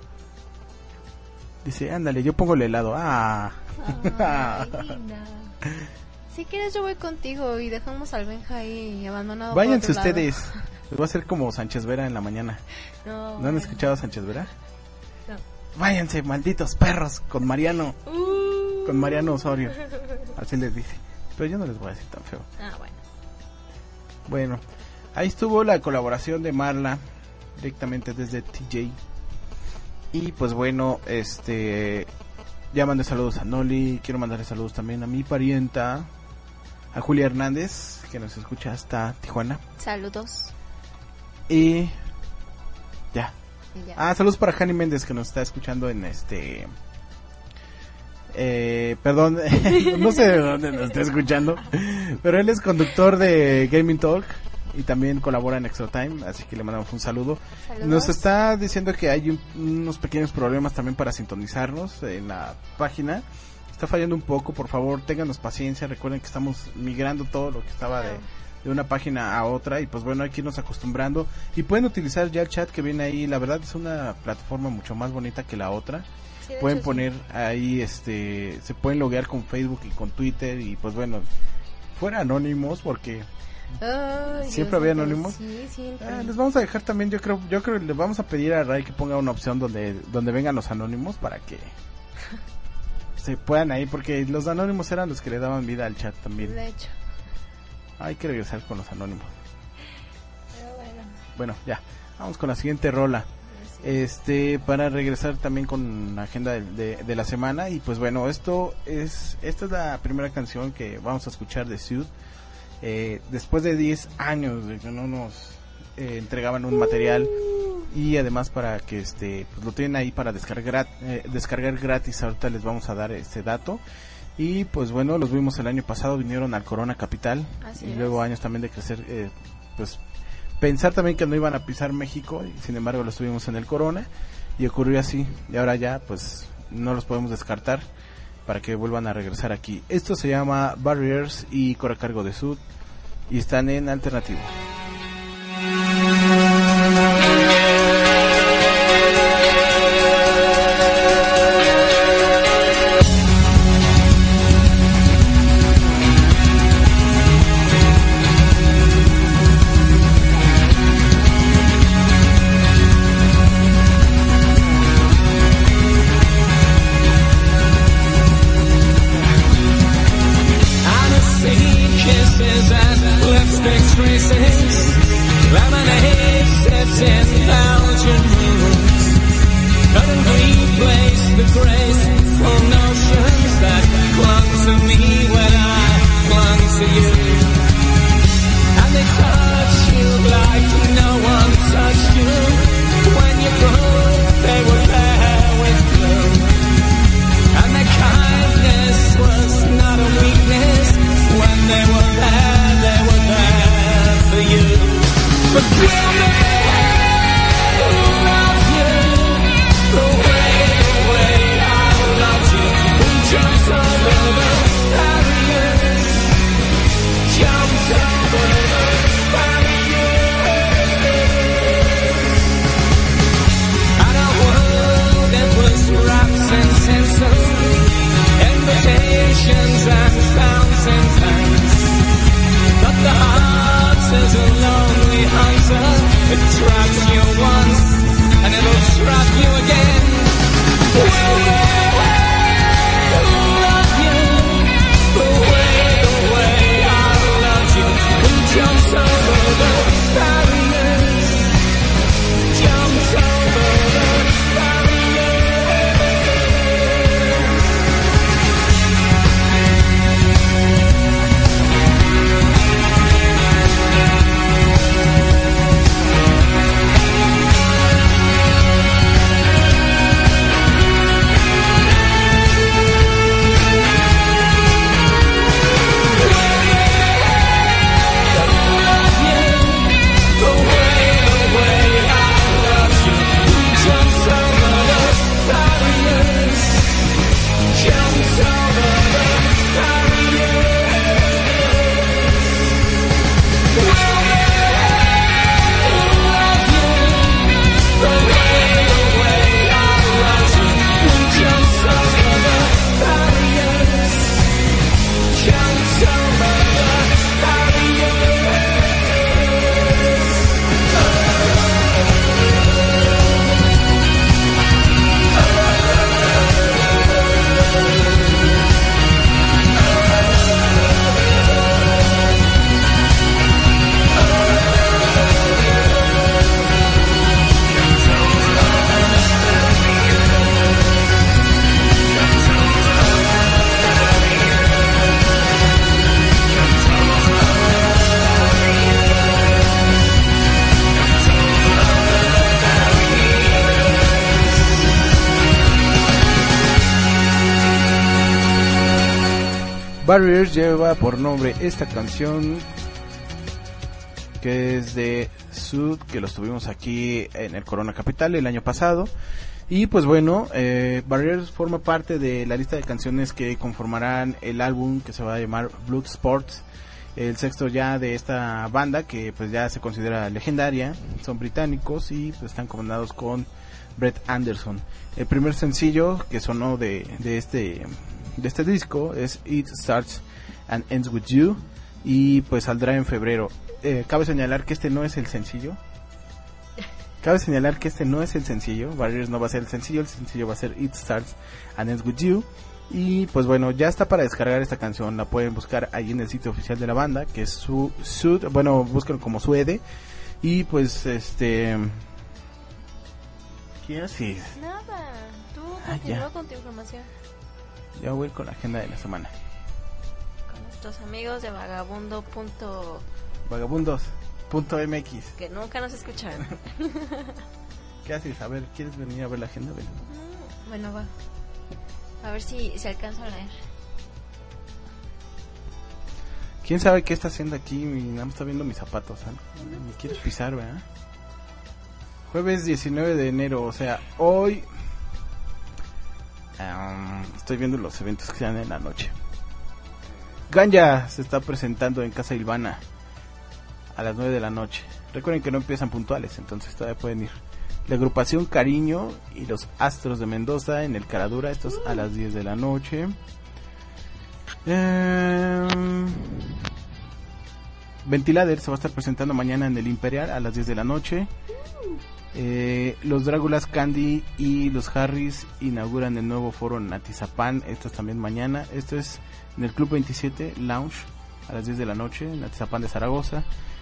Speaker 4: Dice, ándale, yo pongo el helado.
Speaker 6: Ay, linda. Si quieres yo voy contigo y dejamos al Benja ahí abandonado. por
Speaker 4: Váyanse
Speaker 6: otro lado.
Speaker 4: ustedes. Les voy a hacer como Sánchez Vera en la mañana.
Speaker 6: No,
Speaker 4: ¿No han escuchado a Sánchez Vera?
Speaker 6: No.
Speaker 4: Váyanse, malditos perros, con Mariano. Con Mariano Osorio. Así les dice. Pero yo no les voy a decir tan feo.
Speaker 6: Ah, bueno.
Speaker 4: Bueno, ahí estuvo la colaboración de Marla directamente desde TJ. Y pues bueno, ya mandé saludos a Noli. Quiero mandarle saludos también a mi parienta, a Julia Hernández, que nos escucha hasta Tijuana.
Speaker 6: Saludos.
Speaker 4: Y ya.
Speaker 6: Y ya.
Speaker 4: Ah, saludos para Jani Méndez, que nos está escuchando en perdón, no sé de dónde nos está escuchando, pero él es conductor de Gaming Talk y también colabora en Extra Time, así que le mandamos un saludo.
Speaker 6: Saludos.
Speaker 4: Nos está diciendo que hay unos pequeños problemas también para sintonizarnos en la página. Está fallando un poco, por favor, ténganos paciencia. Recuerden que estamos migrando todo lo que estaba de una página a otra y pues bueno, hay que irnos acostumbrando. Y pueden utilizar ya el chat que viene ahí, la verdad es una plataforma mucho más bonita que la otra.
Speaker 6: Sí, de
Speaker 4: Pueden
Speaker 6: hecho,
Speaker 4: poner ahí, se pueden loguear con Facebook y con Twitter y pues bueno, fuera anónimos porque
Speaker 6: Ay,
Speaker 4: siempre
Speaker 6: Dios
Speaker 4: había
Speaker 6: mío,
Speaker 4: anónimos.
Speaker 6: Sí, siempre.
Speaker 4: Les vamos a dejar también, yo creo les vamos a pedir a Ray que ponga una opción donde vengan los anónimos para que se puedan ahí, porque los anónimos eran los que le daban vida al chat también.
Speaker 6: De hecho.
Speaker 4: Hay que regresar con los anónimos.
Speaker 6: Pero bueno.
Speaker 4: Bueno, ya, vamos con la siguiente rola. Para regresar también con la agenda de la semana. Y pues bueno, esta es la primera canción que vamos a escuchar de Sud. Después de 10 años de que no nos entregaban un material, y además para que pues lo tienen ahí para descargar gratis. Ahorita les vamos a dar este dato. Y pues bueno, los vimos el año pasado, vinieron al Corona Capital.
Speaker 6: Así
Speaker 4: y
Speaker 6: es.
Speaker 4: luego años también de crecer, pues pensar también que no iban a pisar México, y sin embargo los tuvimos en el Corona y ocurrió así, y ahora ya pues no los podemos descartar para que vuelvan a regresar aquí. Esto se llama Barriers y corre a cargo de Sud y están en Alternativo.
Speaker 7: Kisses and lipstick traces, lemonade sips in Belgian rooms. Currently place the graceful notions that clung to me when I clung to you. And they touch you like no one touched you. When you broke, they were there with glue. And their kindness was not a weakness. When they were there for you. But will they love you the way I loved you?
Speaker 4: Barriers lleva por nombre esta canción, que es de Sud, que los tuvimos aquí en el Corona Capital el año pasado. Y pues bueno, Barriers forma parte de la lista de canciones que conformarán el álbum que se va a llamar Blood Sports, el sexto ya de esta banda, que pues ya se considera legendaria. Son británicos y pues están comandados con Brett Anderson. El primer sencillo que sonó de este disco es It Starts and Ends With You, y pues saldrá en febrero. Cabe señalar que este no es el sencillo. Barriers no va a ser el sencillo va a ser It Starts and Ends With You. Y pues bueno, ya está para descargar esta canción. La pueden buscar ahí en el sitio oficial de la banda, que es Sud. Bueno, buscan como Suede. Y pues ¿qué haces?
Speaker 6: Nada, tú continúa con tu información.
Speaker 4: Ya voy con la agenda de la semana.
Speaker 6: Con nuestros amigos de
Speaker 4: vagabundos.mx,
Speaker 6: que nunca nos escuchan.
Speaker 4: ¿Qué haces? A ver, ¿quieres venir a ver la agenda? Ven.
Speaker 6: Bueno, va. A ver si alcanzo a leer.
Speaker 4: ¿Quién sabe qué está haciendo aquí? Nada más está viendo mis zapatos, ¿sabes? Me quieres pisar, ¿verdad? Jueves 19 de enero, o sea, hoy estoy viendo los eventos que se dan en la noche. Ganja se está presentando en Casa Ilvana a las 9 de la noche. Recuerden que no empiezan puntuales, entonces todavía pueden ir. La agrupación Cariño y los Astros de Mendoza en el Caradura, estos a las 10 de la noche. Ventilader se va a estar presentando mañana en el Imperial a las 10 de la noche. Los Dráculas Candy y los Harris inauguran el nuevo foro en Atizapán, esto es también mañana. Esto es en el Club 27 Lounge a las 10 de la noche en Atizapán de Zaragoza.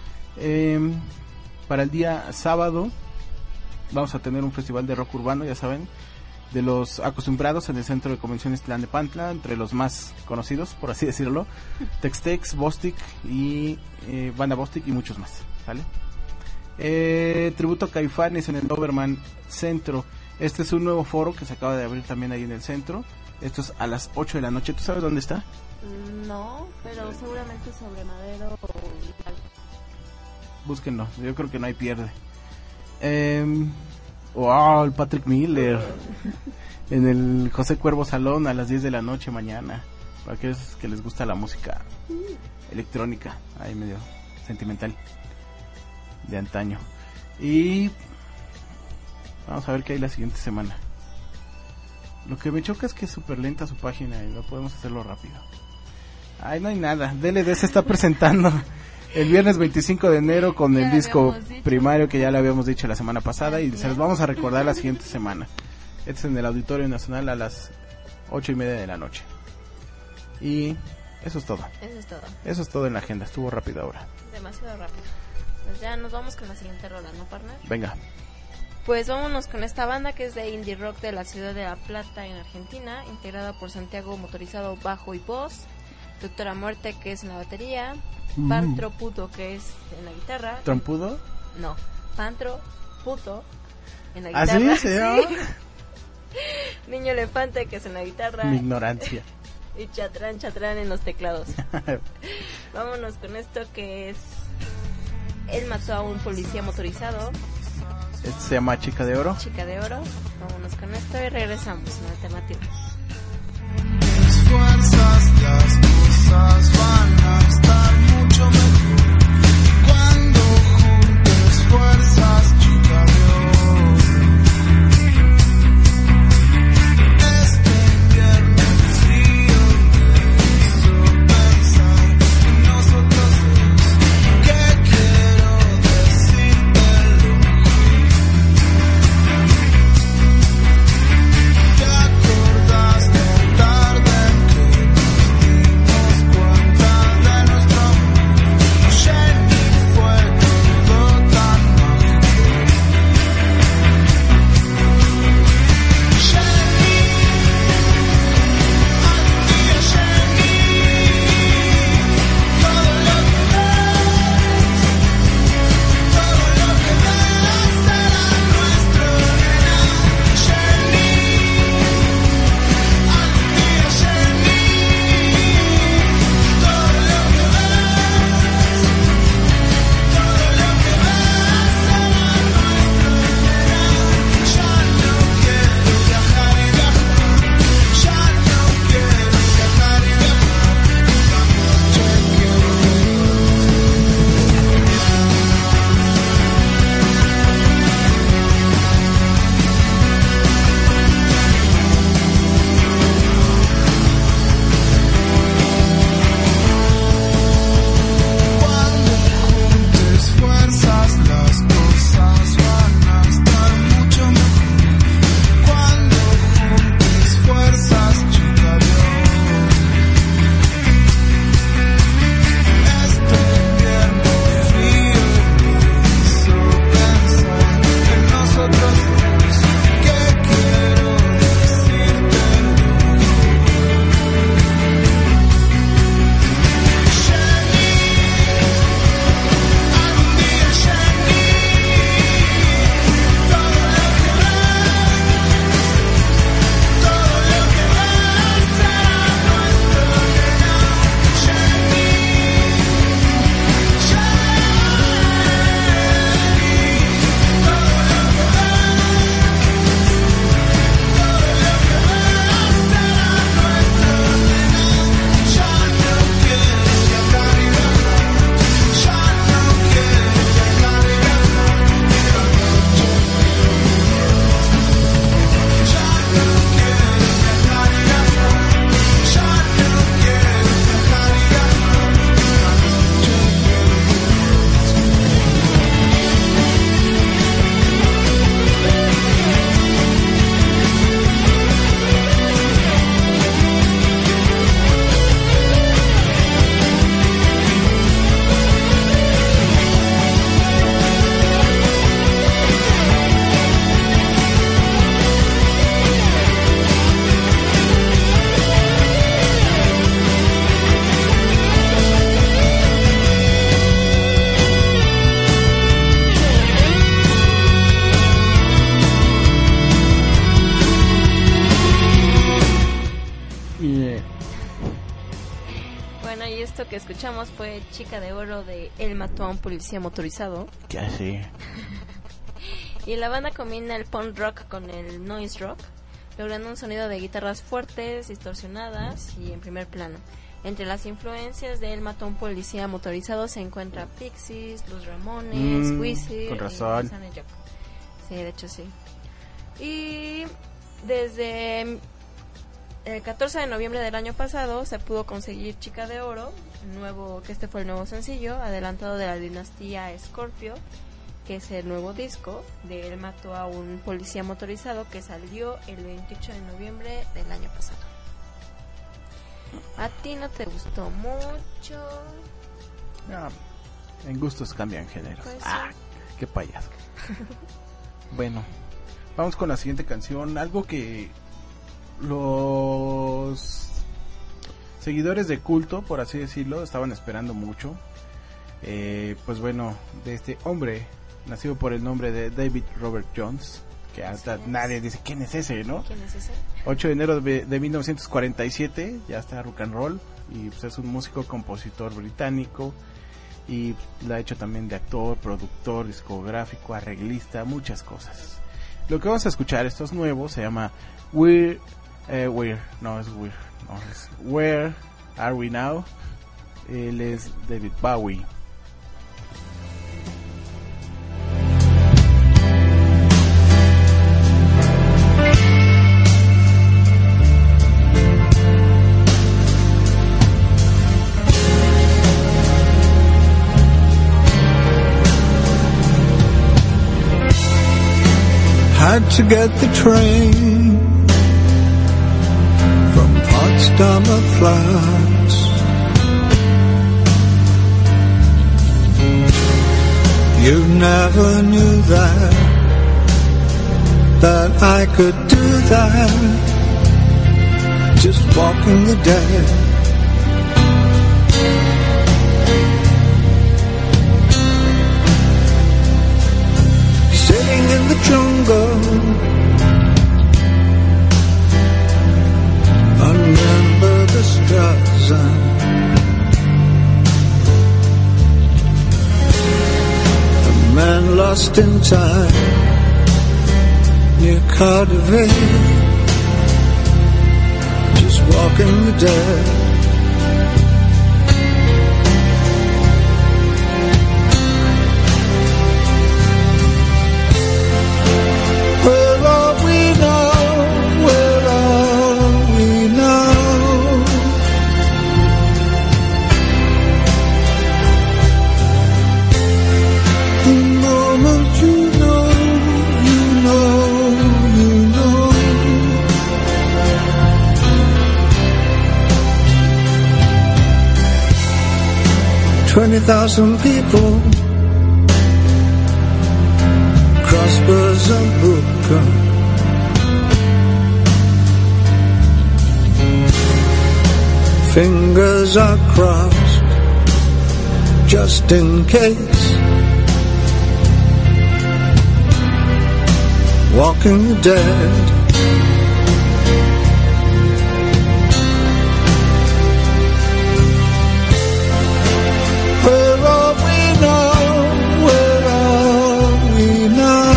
Speaker 4: Para el día sábado vamos a tener un festival de rock urbano, ya saben, de los acostumbrados en el Centro de Convenciones Tlalnepantla, entre los más conocidos, por así decirlo, Tex-Tex, Bostik y Banda Bostik y muchos más, ¿vale? Tributo a Caifanes en el Doberman Centro. Este es un nuevo foro que se acaba de abrir también ahí en el centro. Esto es a las 8 de la noche. ¿Tú sabes dónde está?
Speaker 6: No, pero seguramente sobre Madero o algo.
Speaker 4: Búsquenlo, yo creo que no hay pierde. Wow, el Patrick Miller en el José Cuervo Salón a las 10 de la noche mañana, para aquellos que les gusta la música electrónica, ahí medio sentimental de antaño. Y vamos a ver qué hay la siguiente semana. Lo que me choca es que es súper lenta su página y no podemos hacerlo rápido. Ay, no hay nada. DLD se está presentando el viernes 25 de enero con el disco primario, que ya le habíamos dicho la semana pasada, y se los vamos a recordar la siguiente semana. Este es en el Auditorio Nacional a las 8:30 de la noche. Y eso es todo. Eso es todo en la agenda. Estuvo rápido ahora.
Speaker 6: Demasiado rápido. Pues ya nos vamos con la siguiente rola, ¿no, partner?
Speaker 4: Venga.
Speaker 6: Pues vámonos con esta banda que es de indie rock de la ciudad de La Plata, en Argentina, integrada por Santiago Motorizado, bajo y voz, Doctora Muerte, que es en la batería, Pantro Puto, que es en la guitarra.
Speaker 4: ¿Trompudo?
Speaker 6: No, Pantro Puto en la guitarra.
Speaker 4: ¿Así se llama?
Speaker 6: Sí. Niño Elefante, que es en la guitarra.
Speaker 4: Mi ignorancia.
Speaker 6: Y Chatrán en los teclados. Vámonos con esto que es... Él mató a un policía motorizado.
Speaker 4: Este se llama Chica de Oro.
Speaker 6: Chica de Oro. Vámonos con esto y regresamos en Alternativa.
Speaker 7: Las cosas van a estar mucho mejor cuando juntes fuerzas, chica de oro. Este invierno frío me hizo pensar en nosotros dos, que quiero decirte lo mejor. ¿Te acordás de tarde que fue todo tan mágico?
Speaker 6: Esto que escuchamos fue Chica de Oro de Él mató a un policía motorizado.
Speaker 4: ¿Qué hace?
Speaker 6: Y la banda combina el punk rock con el noise rock, logrando un sonido de guitarras fuertes, distorsionadas y en primer plano. Entre las influencias de Él mató a un policía motorizado se encuentra Pixies, Los Ramones, Weezer
Speaker 4: con razón.
Speaker 6: y Sonic Youth. Sí, de hecho sí. Y desde el 14 de noviembre del año pasado se pudo conseguir Chica de Oro, este fue el nuevo sencillo, adelantado de la dinastía Scorpio, que es el nuevo disco de Él mató a un policía motorizado, que salió el 28 de noviembre del año pasado. ¿A ti no te gustó mucho?
Speaker 4: No, en gustos cambian géneros.
Speaker 6: Pues
Speaker 4: qué payaso. Bueno, vamos con la siguiente canción, algo que los seguidores de culto, por así decirlo, estaban esperando mucho. Pues bueno, de este hombre nacido por el nombre de David Robert Jones, que hasta nadie dice quién es ese, ¿no?
Speaker 6: ¿Quién es ese?
Speaker 4: 8 de enero de 1947, ya está rock and roll, y pues es un músico, compositor británico, y la ha hecho también de actor, productor, discográfico, arreglista, muchas cosas. Lo que vamos a escuchar, esto es nuevo, se llama Where Are We Now. Él es David Bowie.
Speaker 12: Had to get the train from Potsdamer Platz. You never knew that I could do that, just walking the dead. Sitting in the jungle, remember the Straßen. A man lost in time near Cardiff, just walking the dead. Where are we now? Where are we now? The moment you know, you know, you know. 20,000 people crossbars and broken. Fingers are crossed just in case. Walking the dead. Where are we now? Where are we now?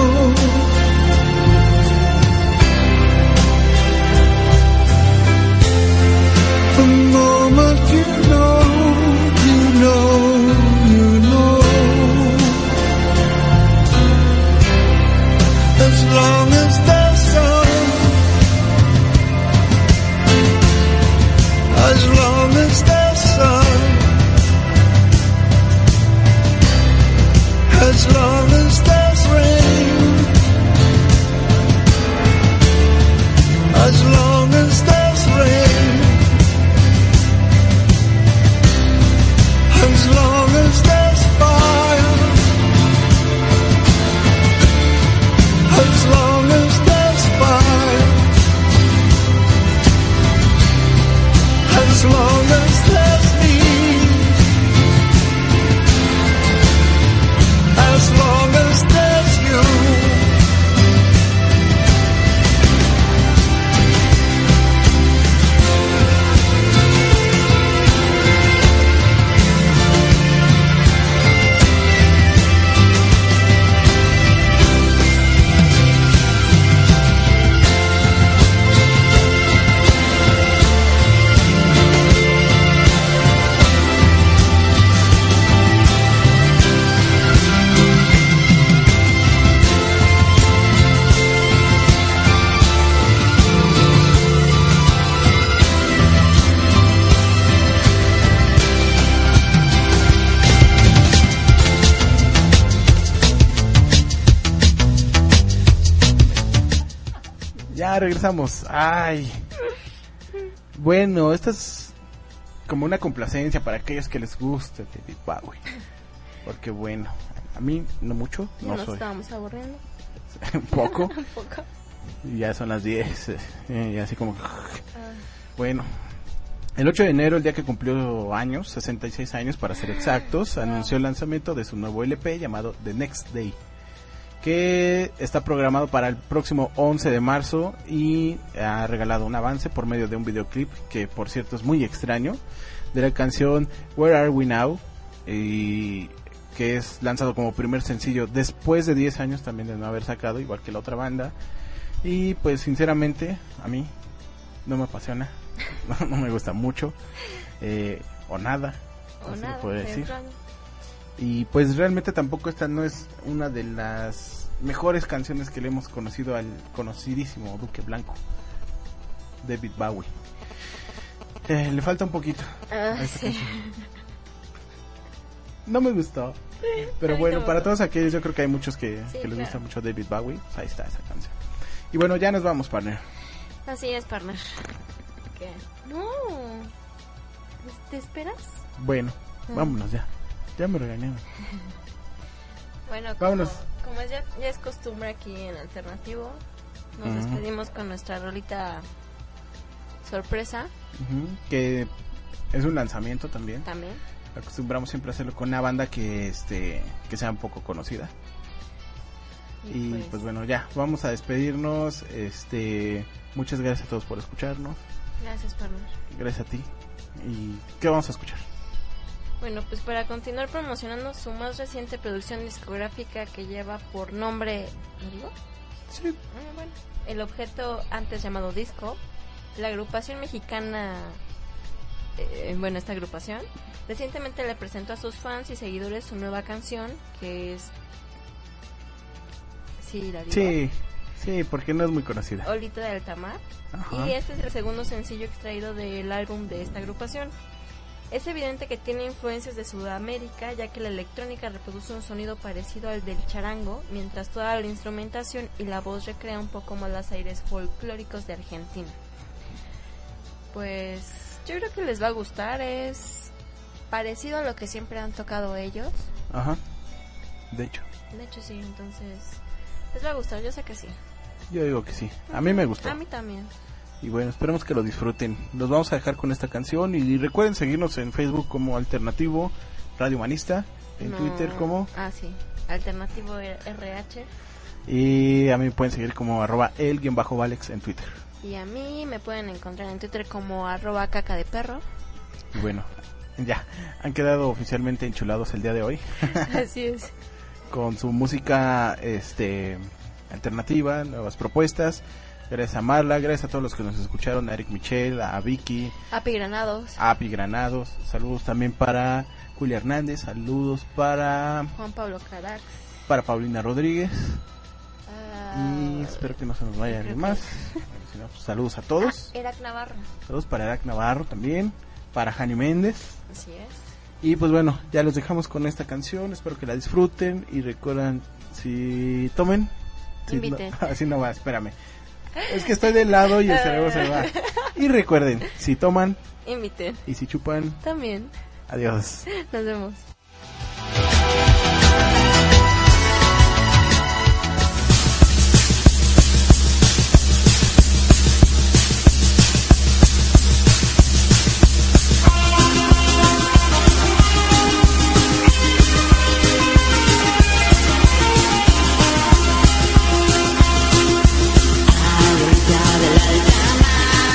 Speaker 12: The moment you know, you know, you know. As long as there's sun.
Speaker 4: Ya regresamos. Ay. Bueno, esta es como una complacencia para aquellos que les guste David Bowie. Porque bueno, a mí no mucho, no
Speaker 6: Nos
Speaker 4: soy.
Speaker 6: estábamos aburriendo.
Speaker 4: Un poco.
Speaker 6: Un poco.
Speaker 4: Y ya son las 10. Y así como... Bueno. El 8 de enero, el día que cumplió años, 66 años para ser exactos, anunció el lanzamiento de su nuevo LP llamado The Next Day, que está programado para el próximo 11 de marzo y ha regalado un avance por medio de un videoclip que por cierto es muy extraño, de la canción Where Are We Now, y que es lanzado como primer sencillo después de 10 años también de no haber sacado, igual que la otra banda. Y pues sinceramente a mí no me apasiona, no me gusta mucho, o nada,
Speaker 6: O
Speaker 4: no
Speaker 6: nada,
Speaker 4: se puede
Speaker 6: de
Speaker 4: decir.
Speaker 6: plano.
Speaker 4: Y pues realmente tampoco esta no es una de las mejores canciones que le hemos conocido al conocidísimo Duque Blanco, David Bowie. Le falta un poquito a esta
Speaker 6: Sí.
Speaker 4: canción. No me gustó. Pero
Speaker 6: A mí
Speaker 4: bueno,
Speaker 6: tampoco.
Speaker 4: para todos aquellos, yo creo que hay muchos que les
Speaker 6: claro.
Speaker 4: gusta mucho David Bowie. Pues ahí está esa canción. Y bueno, ya nos vamos, partner.
Speaker 6: Así es, partner. ¿Qué? No. ¿Te esperas?
Speaker 4: Bueno, vámonos ya. Ya me regañaron.
Speaker 6: Bueno,
Speaker 4: Vámonos.
Speaker 6: como ya es costumbre aquí en Alternativo, nos
Speaker 4: Ujú.
Speaker 6: despedimos con nuestra rolita sorpresa
Speaker 4: Ujú, que es un lanzamiento también.
Speaker 6: también.
Speaker 4: Acostumbramos siempre a hacerlo con una banda que sea un poco conocida. Y pues bueno, ya, vamos a despedirnos. Muchas gracias a todos por escucharnos.
Speaker 6: Gracias, partner.
Speaker 4: Gracias a ti. ¿Y qué vamos a escuchar?
Speaker 6: Bueno, pues para continuar promocionando su más reciente producción discográfica que lleva por nombre, ¿lo digo?
Speaker 4: Sí.
Speaker 6: Bueno, el objeto antes llamado Disco, la agrupación mexicana, esta agrupación, recientemente le presentó a sus fans y seguidores su nueva canción, que es... Sí, la digo.
Speaker 4: Sí, porque no es muy conocida.
Speaker 6: Olita de Altamar.
Speaker 4: Ajá.
Speaker 6: Y este es el segundo sencillo extraído del álbum de esta agrupación. Es evidente que tiene influencias de Sudamérica, ya que la electrónica reproduce un sonido parecido al del charango, mientras toda la instrumentación y la voz recrea un poco más los aires folclóricos de Argentina. Pues yo creo que les va a gustar, es parecido a lo que siempre han tocado ellos.
Speaker 4: Ajá. De hecho,
Speaker 6: Sí, entonces les va a gustar, yo sé que sí.
Speaker 4: yo digo que sí. A mí me gustó.
Speaker 6: A mí también.
Speaker 4: Y bueno, esperemos que lo disfruten. Los vamos a dejar con esta canción. Y recuerden seguirnos en Facebook como Alternativo Radio Humanista. En
Speaker 6: No.
Speaker 4: Twitter como...
Speaker 6: Ah, sí. Alternativo RH.
Speaker 4: Y a mí me pueden seguir como @el_Valex en Twitter.
Speaker 6: Y a mí me pueden encontrar en Twitter como @caca de perro.
Speaker 4: Y bueno, ya. Han quedado oficialmente enchulados el día de hoy.
Speaker 6: Así es.
Speaker 4: Con su música alternativa, nuevas propuestas. Gracias a Marla, gracias a todos los que nos escucharon, a Eric Michel, a Vicky,
Speaker 6: Api Granados,
Speaker 4: a Api Granados, saludos también para Julia Hernández, saludos para
Speaker 6: Juan Pablo Carax,
Speaker 4: para Paulina Rodríguez,
Speaker 6: Ah,
Speaker 4: y espero que no se nos vaya
Speaker 6: creo
Speaker 4: alguien
Speaker 6: que-
Speaker 4: más. Si no, pues, saludos a todos,
Speaker 6: Erac Navarro.
Speaker 4: saludos para Erac Navarro también, para Jani Méndez.
Speaker 6: Así es.
Speaker 4: Y pues bueno, ya los dejamos con esta canción, espero que la disfruten y recuerdan, si tomen, si
Speaker 6: Inviten.
Speaker 4: no, así no va, espérame. Es que estoy del lado y el cerebro se va. Y recuerden, si toman
Speaker 6: Inviten.
Speaker 4: y si chupan,
Speaker 6: También.
Speaker 4: adiós.
Speaker 6: Nos vemos.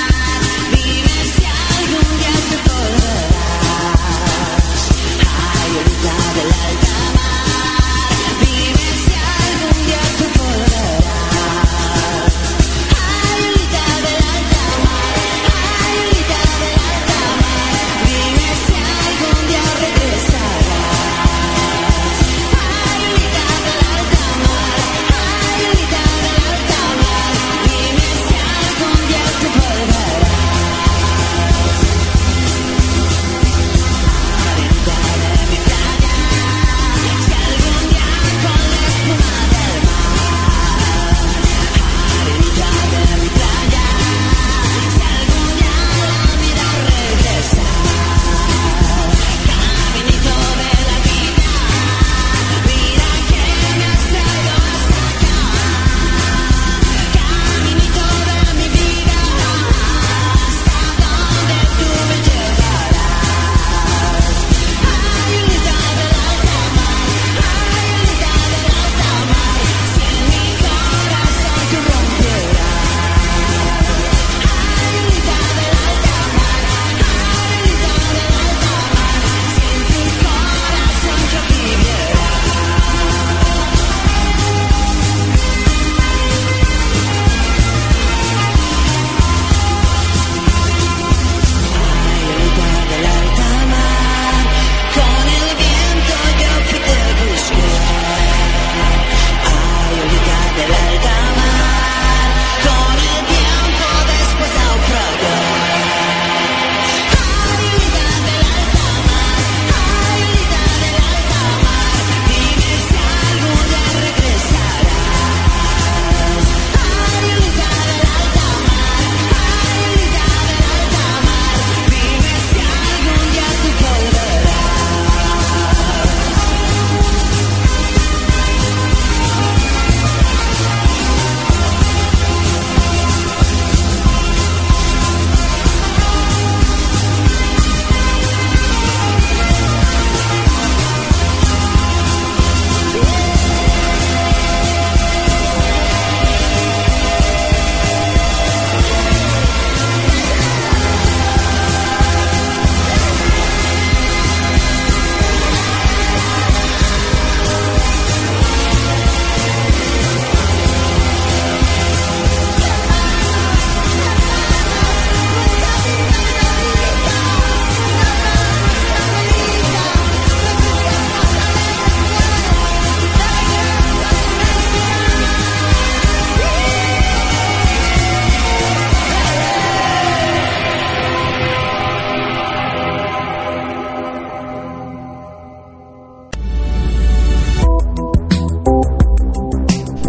Speaker 8: Dime si algún día te acordarás. Hay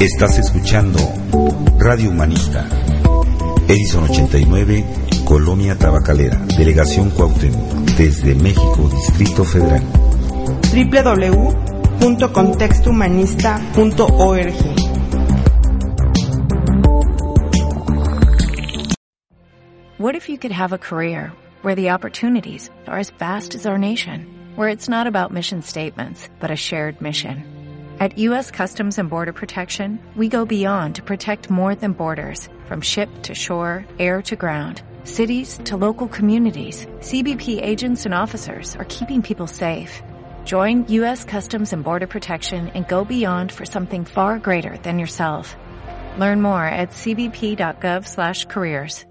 Speaker 2: Estás escuchando Radio Humanista. Edison 89, Colonia Tabacalera, Delegación Cuauhtémoc, desde México, Distrito Federal.
Speaker 3: www.contextohumanista.org.
Speaker 13: What if you could have a career where the opportunities are as vast as our nation, where it's not about mission statements, but a shared mission? At U.S. Customs and Border Protection, we go beyond to protect more than borders. From ship to shore, air to ground, cities to local communities, CBP agents and officers are keeping people safe. Join U.S. Customs and Border Protection and go beyond for something far greater than yourself. Learn more at cbp.gov/careers.